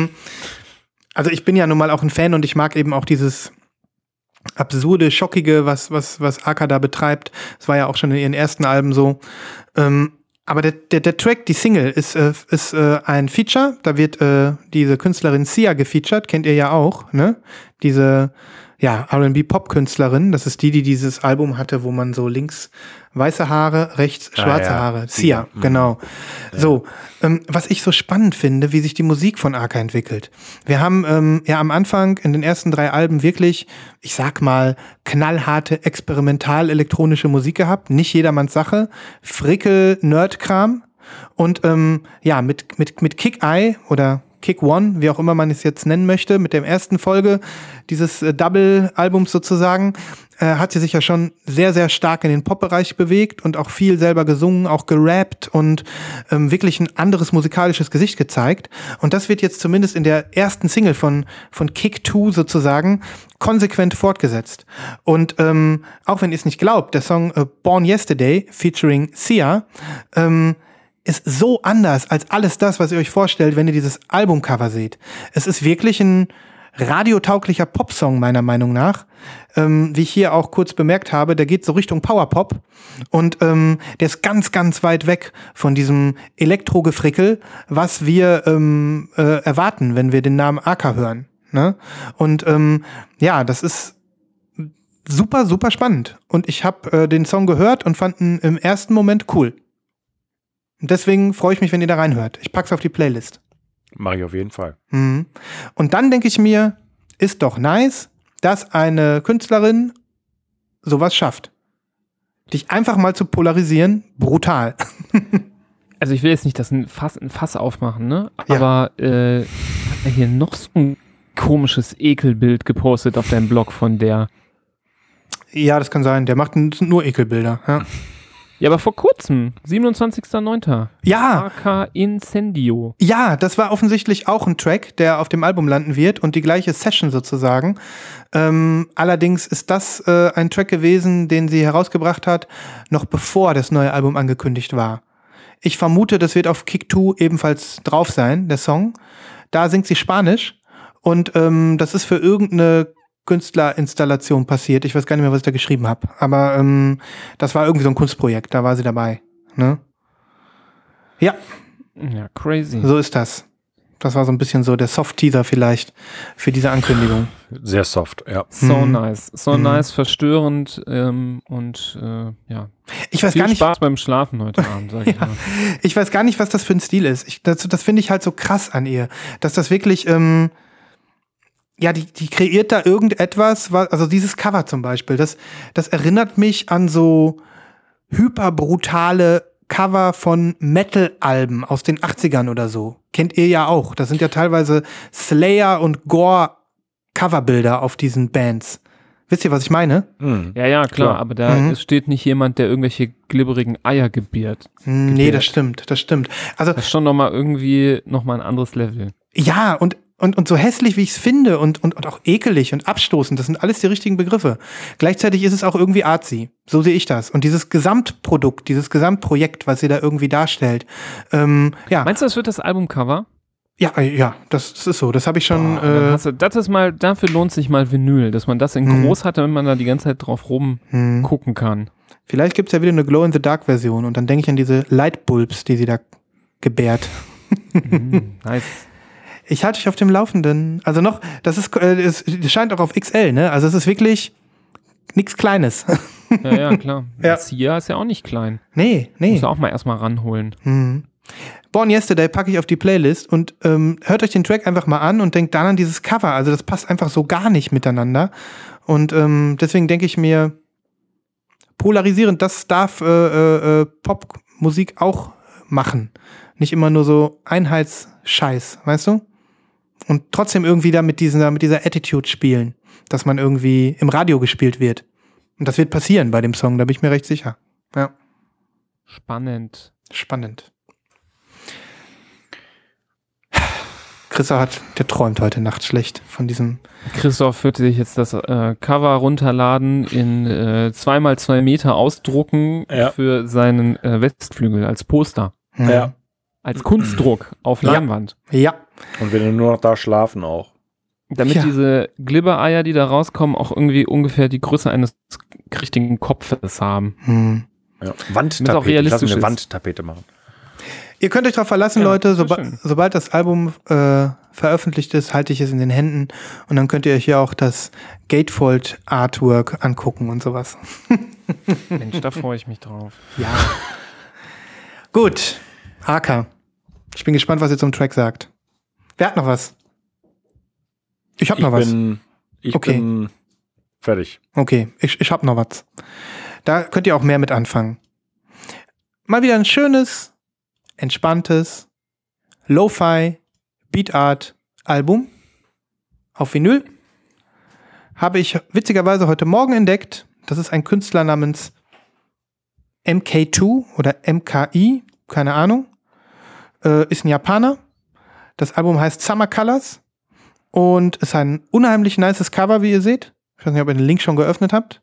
Also ich bin ja nun mal auch ein Fan und ich mag eben auch dieses absurde, schockige, was Aka da betreibt. Das war ja auch schon in ihren ersten Alben so. Aber der Track, die Single, ist ein Feature. Da wird diese Künstlerin Sia gefeatured, kennt ihr ja auch, ne? Diese R&B-Pop-Künstlerin. Das ist die dieses Album hatte, wo man so links weiße Haare, rechts schwarze Haare. Sia, genau. Ja. So, was ich so spannend finde, wie sich die Musik von Aka entwickelt. Wir haben am Anfang in den ersten 3 Alben wirklich, ich sag mal, knallharte, experimental-elektronische Musik gehabt. Nicht jedermanns Sache. Frickel-Nerd-Kram. Und mit Kick-Eye oder Kick One, wie auch immer man es jetzt nennen möchte, mit der ersten Folge dieses Double-Albums sozusagen, hat sie sich ja schon sehr, sehr stark in den Pop-Bereich bewegt und auch viel selber gesungen, auch gerappt und wirklich ein anderes musikalisches Gesicht gezeigt. Und das wird jetzt zumindest in der ersten Single von Kick 2 sozusagen konsequent fortgesetzt. Und auch wenn ihr es nicht glaubt, der Song Born Yesterday featuring Sia ist so anders als alles das, was ihr euch vorstellt, wenn ihr dieses Albumcover seht. Es ist wirklich ein radiotauglicher Popsong, meiner Meinung nach. Wie ich hier auch kurz bemerkt habe, der geht so Richtung Powerpop. Und der ist ganz, ganz weit weg von diesem Elektrogefrickel, was wir erwarten, wenn wir den Namen Aka hören. Ne? Und das ist super, super spannend. Und ich habe den Song gehört und fand ihn im ersten Moment cool. Und deswegen freue ich mich, wenn ihr da reinhört. Ich pack's auf die Playlist. Mach ich auf jeden Fall. Mhm. Und dann denke ich mir, ist doch nice, dass eine Künstlerin sowas schafft. Dich einfach mal zu polarisieren, brutal. Also ich will jetzt nicht ein Fass aufmachen, ne? Aber hat er hier noch so ein komisches Ekelbild gepostet auf deinem Blog von der? Ja, das kann sein. Der macht nur Ekelbilder, ja. Ja, aber vor kurzem, 27.09. Ja. Aka Incendio. Ja, das war offensichtlich auch ein Track, der auf dem Album landen wird und die gleiche Session sozusagen. Allerdings ist das ein Track gewesen, den sie herausgebracht hat, noch bevor das neue Album angekündigt war. Ich vermute, das wird auf Kick 2 ebenfalls drauf sein, der Song. Da singt sie Spanisch Und das ist für irgendeine Künstlerinstallation passiert. Ich weiß gar nicht mehr, was ich da geschrieben habe. Aber das war irgendwie so ein Kunstprojekt, da war sie dabei. Ne? Ja. Ja, crazy. So ist das. Das war so ein bisschen so der Soft-Teaser vielleicht für diese Ankündigung. Sehr soft, ja. So nice. So nice, verstörend und ja. Ich weiß Viel gar nicht. Spaß beim Schlafen heute Abend, sag ich mal. Ich weiß gar nicht, was das für ein Stil ist. Das finde ich halt so krass an ihr. Dass das wirklich, die kreiert da irgendetwas, also dieses Cover zum Beispiel, das erinnert mich an so hyperbrutale Cover von Metal-Alben aus den 80ern oder so. Kennt ihr ja auch. Das sind ja teilweise Slayer- und Gore-Coverbilder auf diesen Bands. Wisst ihr, was ich meine? Ja, klar, aber da steht nicht jemand, der irgendwelche glibberigen Eier gebiert. Nee, das stimmt. Also, das ist schon nochmal ein anderes Level. Ja, und so hässlich, wie ich es finde und auch ekelig und abstoßend, das sind alles die richtigen Begriffe. Gleichzeitig ist es auch irgendwie artsy. So sehe ich das. Und dieses Gesamtprodukt, dieses Gesamtprojekt, was sie da irgendwie darstellt. Meinst du, das wird das Albumcover? Ja, das ist so. Das habe ich schon. Dafür lohnt sich mal Vinyl, dass man das in groß hat, damit man da die ganze Zeit drauf rumgucken kann. Vielleicht gibt's ja wieder eine Glow-in-the-Dark-Version und dann denke ich an diese Lightbulbs, die sie da gebärt. Nice. Ich halte dich auf dem Laufenden. Also noch, es scheint auch auf XL, ne? Also es ist wirklich nichts Kleines. Ja, klar. Ja. Sia ist ja auch nicht klein. Nee. Muss auch mal erstmal ranholen. Born Yesterday packe ich auf die Playlist und hört euch den Track einfach mal an und denkt dann an dieses Cover. Also das passt einfach so gar nicht miteinander. Und deswegen denke ich mir, polarisierend, das darf Popmusik auch machen. Nicht immer nur so Einheitsscheiß, weißt du? Und trotzdem irgendwie da mit dieser Attitude spielen, dass man irgendwie im Radio gespielt wird. Und das wird passieren bei dem Song, da bin ich mir recht sicher. Ja. Spannend. Christoph der träumt heute Nacht schlecht von diesem. Christoph wird sich jetzt das Cover runterladen, in 2x2 Meter ausdrucken für seinen Westflügel als Poster. Ja. Als Kunstdruck auf Leinwand. Ja. Und wenn wir nur noch da schlafen auch. Damit diese Glibbereier, die da rauskommen, auch irgendwie ungefähr die Größe eines richtigen Kopfes haben. Ja. Wandtapete. Auch realistisch Lass eine ist. Wandtapete machen. Ihr könnt euch darauf verlassen, Leute, sobald das Album veröffentlicht ist, halte ich es in den Händen und dann könnt ihr euch hier auch das Gatefold Artwork angucken und sowas. Mensch, da freue ich mich drauf. Ja. Gut. Haka. Ich bin gespannt, was ihr zum Track sagt. Wer hat noch was? Ich hab noch was. Ich bin fertig. Okay, ich hab noch was. Da könnt ihr auch mehr mit anfangen. Mal wieder ein schönes, entspanntes, Lo-Fi, Beat-Art-Album auf Vinyl. Habe ich witzigerweise heute Morgen entdeckt. Das ist ein Künstler namens MK2 oder MKI, keine Ahnung. Ist ein Japaner. Das Album heißt Summer Colors und ist ein unheimlich nices Cover, wie ihr seht. Ich weiß nicht, ob ihr den Link schon geöffnet habt.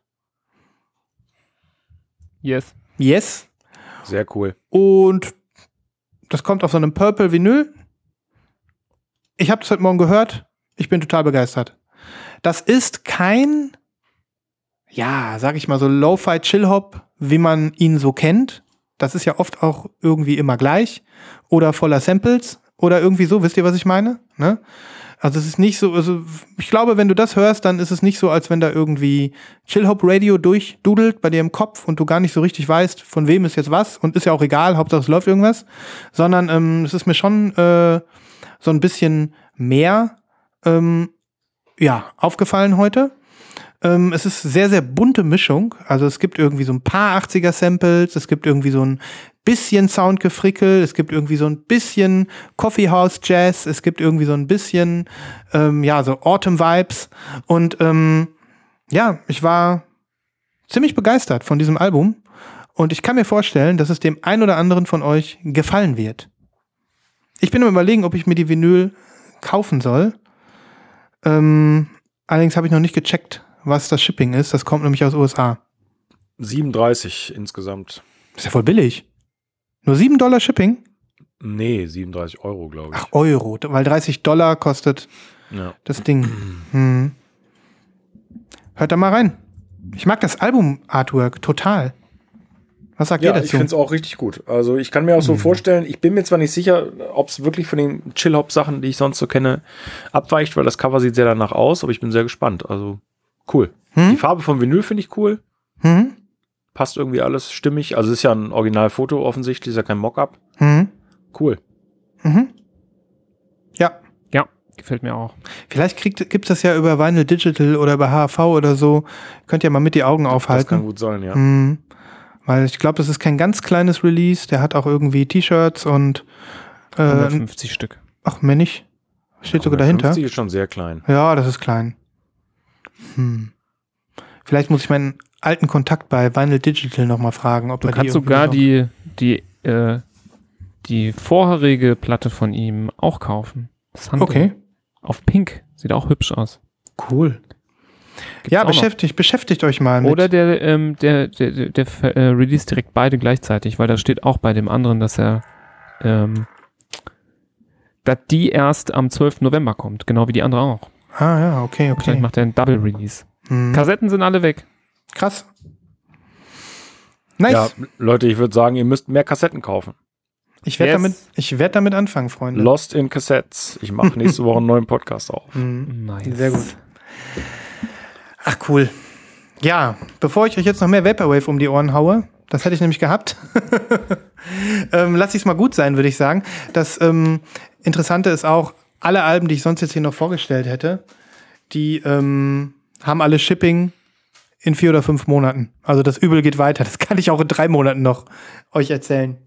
Yes. Sehr cool. Und das kommt auf so einem Purple Vinyl. Ich habe das heute Morgen gehört. Ich bin total begeistert. Das ist kein, sag ich mal so Lo-Fi Chill-Hop, wie man ihn so kennt. Das ist ja oft auch irgendwie immer gleich oder voller Samples oder irgendwie so. Wisst ihr, was ich meine? Ne? Also es ist nicht so, also ich glaube, wenn du das hörst, dann ist es nicht so, als wenn da irgendwie Chill-Hop-Radio durchdudelt bei dir im Kopf und du gar nicht so richtig weißt, von wem ist jetzt was und ist ja auch egal, Hauptsache es läuft irgendwas, sondern es ist mir schon so ein bisschen mehr aufgefallen heute. Es ist sehr, sehr bunte Mischung. Also es gibt irgendwie so ein paar 80er-Samples, es gibt irgendwie so ein bisschen Soundgefrickel, es gibt irgendwie so ein bisschen Coffee House Jazz, es gibt irgendwie so ein bisschen so Autumn-Vibes. Und ich war ziemlich begeistert von diesem Album. Und ich kann mir vorstellen, dass es dem einen oder anderen von euch gefallen wird. Ich bin am Überlegen, ob ich mir die Vinyl kaufen soll. Allerdings habe ich noch nicht gecheckt, was das Shipping ist. Das kommt nämlich aus USA. 37 insgesamt. Ist ja voll billig. Nur $7 Shipping? Nee, 37 Euro, glaube ich. Ach, Euro. Weil $30 kostet das Ding. Hört da mal rein. Ich mag das Album-Artwork total. Was sagt ihr dazu? Ich finde es auch richtig gut. Also ich kann mir auch so vorstellen, ich bin mir zwar nicht sicher, ob es wirklich von den Chill-Hop-Sachen, die ich sonst so kenne, abweicht, weil das Cover sieht sehr danach aus, aber ich bin sehr gespannt. Also cool. Die Farbe vom Vinyl finde ich cool. Passt irgendwie alles stimmig. Also es ist ja ein Originalfoto offensichtlich, ist ja kein Mock-up. Cool. Ja. Ja, gefällt mir auch. Vielleicht gibt es das ja über Vinyl Digital oder über HAV oder so. Könnt ihr mal mit die Augen aufhalten. Das kann gut sein, ja. Weil ich glaube, das ist kein ganz kleines Release. Der hat auch irgendwie T-Shirts und 150 Stück. Ach, mehr nicht. Steht sogar dahinter. 150 ist schon sehr klein. Ja, das ist klein. Vielleicht muss ich meinen alten Kontakt bei Vinyl Digital nochmal fragen, ob du kannst sogar die vorherige Platte von ihm auch kaufen. Das okay. Auf Pink. Sieht auch hübsch aus. Cool. Gibt's ja, beschäftigt euch mal mit. Oder der release direkt beide gleichzeitig, weil da steht auch bei dem anderen, dass dass die erst am 12. November kommt, genau wie die andere auch. Ah ja, okay. Vielleicht macht er einen Double Release. Kassetten sind alle weg. Krass. Nice. Ja, Leute, ich würde sagen, ihr müsst mehr Kassetten kaufen. Ich werde damit anfangen, Freunde. Lost in Cassettes. Ich mache nächste Woche einen neuen Podcast auf. Nice. Sehr gut. Ach, cool. Ja, bevor ich euch jetzt noch mehr Vaporwave um die Ohren haue, das hätte ich nämlich gehabt, lass ich es mal gut sein, würde ich sagen. Das Interessante ist auch, alle Alben, die ich sonst jetzt hier noch vorgestellt hätte, die haben alle Shipping in 4 oder 5 Monaten. Also das Übel geht weiter. Das kann ich auch in 3 Monaten noch euch erzählen.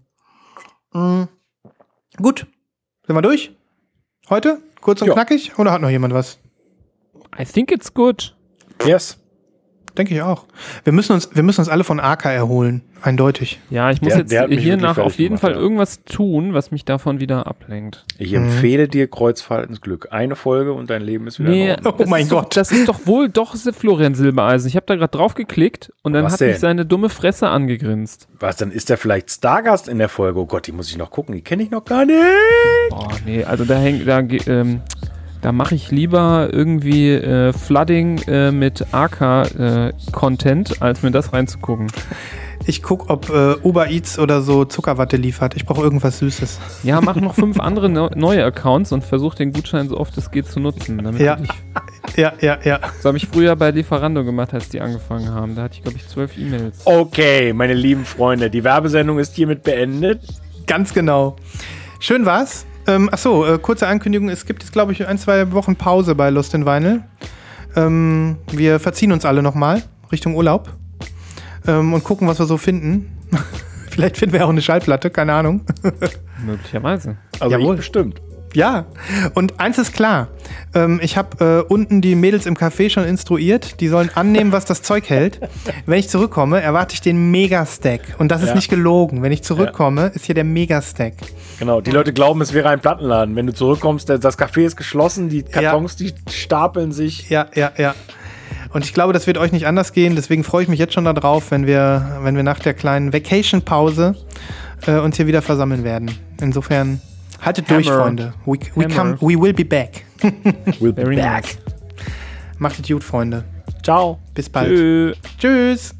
Gut. Sind wir durch? Heute? Kurz und knackig? Oder hat noch jemand was? I think it's good. Yes. Denke ich auch. Wir müssen uns alle von Arca erholen. Eindeutig. Ja, ich muss jetzt hiernach auf jeden Fall irgendwas tun, was mich davon wieder ablenkt. Ich empfehle dir Kreuzfahrt-ins-Glück. Eine Folge und dein Leben ist wieder in Ordnung. Oh mein Gott. Das ist doch wohl Florian Silbereisen. Ich habe da gerade drauf geklickt und dann hat mich seine dumme Fresse angegrinst. Was, dann ist der vielleicht Stargast in der Folge? Oh Gott, die muss ich noch gucken. Die kenne ich noch gar nicht. Oh, nee, also da mache ich lieber irgendwie Flooding mit Arca-Content, als mir das reinzugucken. Ich gucke, ob Uber Eats oder so Zuckerwatte liefert. Ich brauche irgendwas Süßes. Ja, mach noch 5 andere neue Accounts und versuch den Gutschein so oft es geht zu nutzen. Damit Ja. So habe ich früher bei Lieferando gemacht, als die angefangen haben. Da hatte ich, glaube ich, 12 E-Mails. Okay, meine lieben Freunde, die Werbesendung ist hiermit beendet. Ganz genau. Schön war's. Kurze Ankündigung. Es gibt jetzt, glaube ich, 1-2 Wochen Pause bei Lost in Vinyl. Wir verziehen uns alle nochmal Richtung Urlaub und gucken, was wir so finden. Vielleicht finden wir auch eine Schallplatte, keine Ahnung. Möglicherweise. Also Jawohl. ich bestimmt. Ja, und eins ist klar. Ich habe unten die Mädels im Café schon instruiert. Die sollen annehmen, was das Zeug hält. Wenn ich zurückkomme, erwarte ich den Mega-Stack. Und das ist nicht gelogen. Wenn ich zurückkomme, ist hier der Mega-Stack. Genau, die Leute glauben, es wäre ein Plattenladen. Wenn du zurückkommst, das Café ist geschlossen, die Kartons, die stapeln sich. Ja. Und ich glaube, das wird euch nicht anders gehen. Deswegen freue ich mich jetzt schon darauf, wenn wir nach der kleinen Vacation-Pause uns hier wieder versammeln werden. Insofern haltet durch, Freunde. We will be back. We'll be back. Nice. Macht es gut, Freunde. Ciao. Bis bald. Tschüss.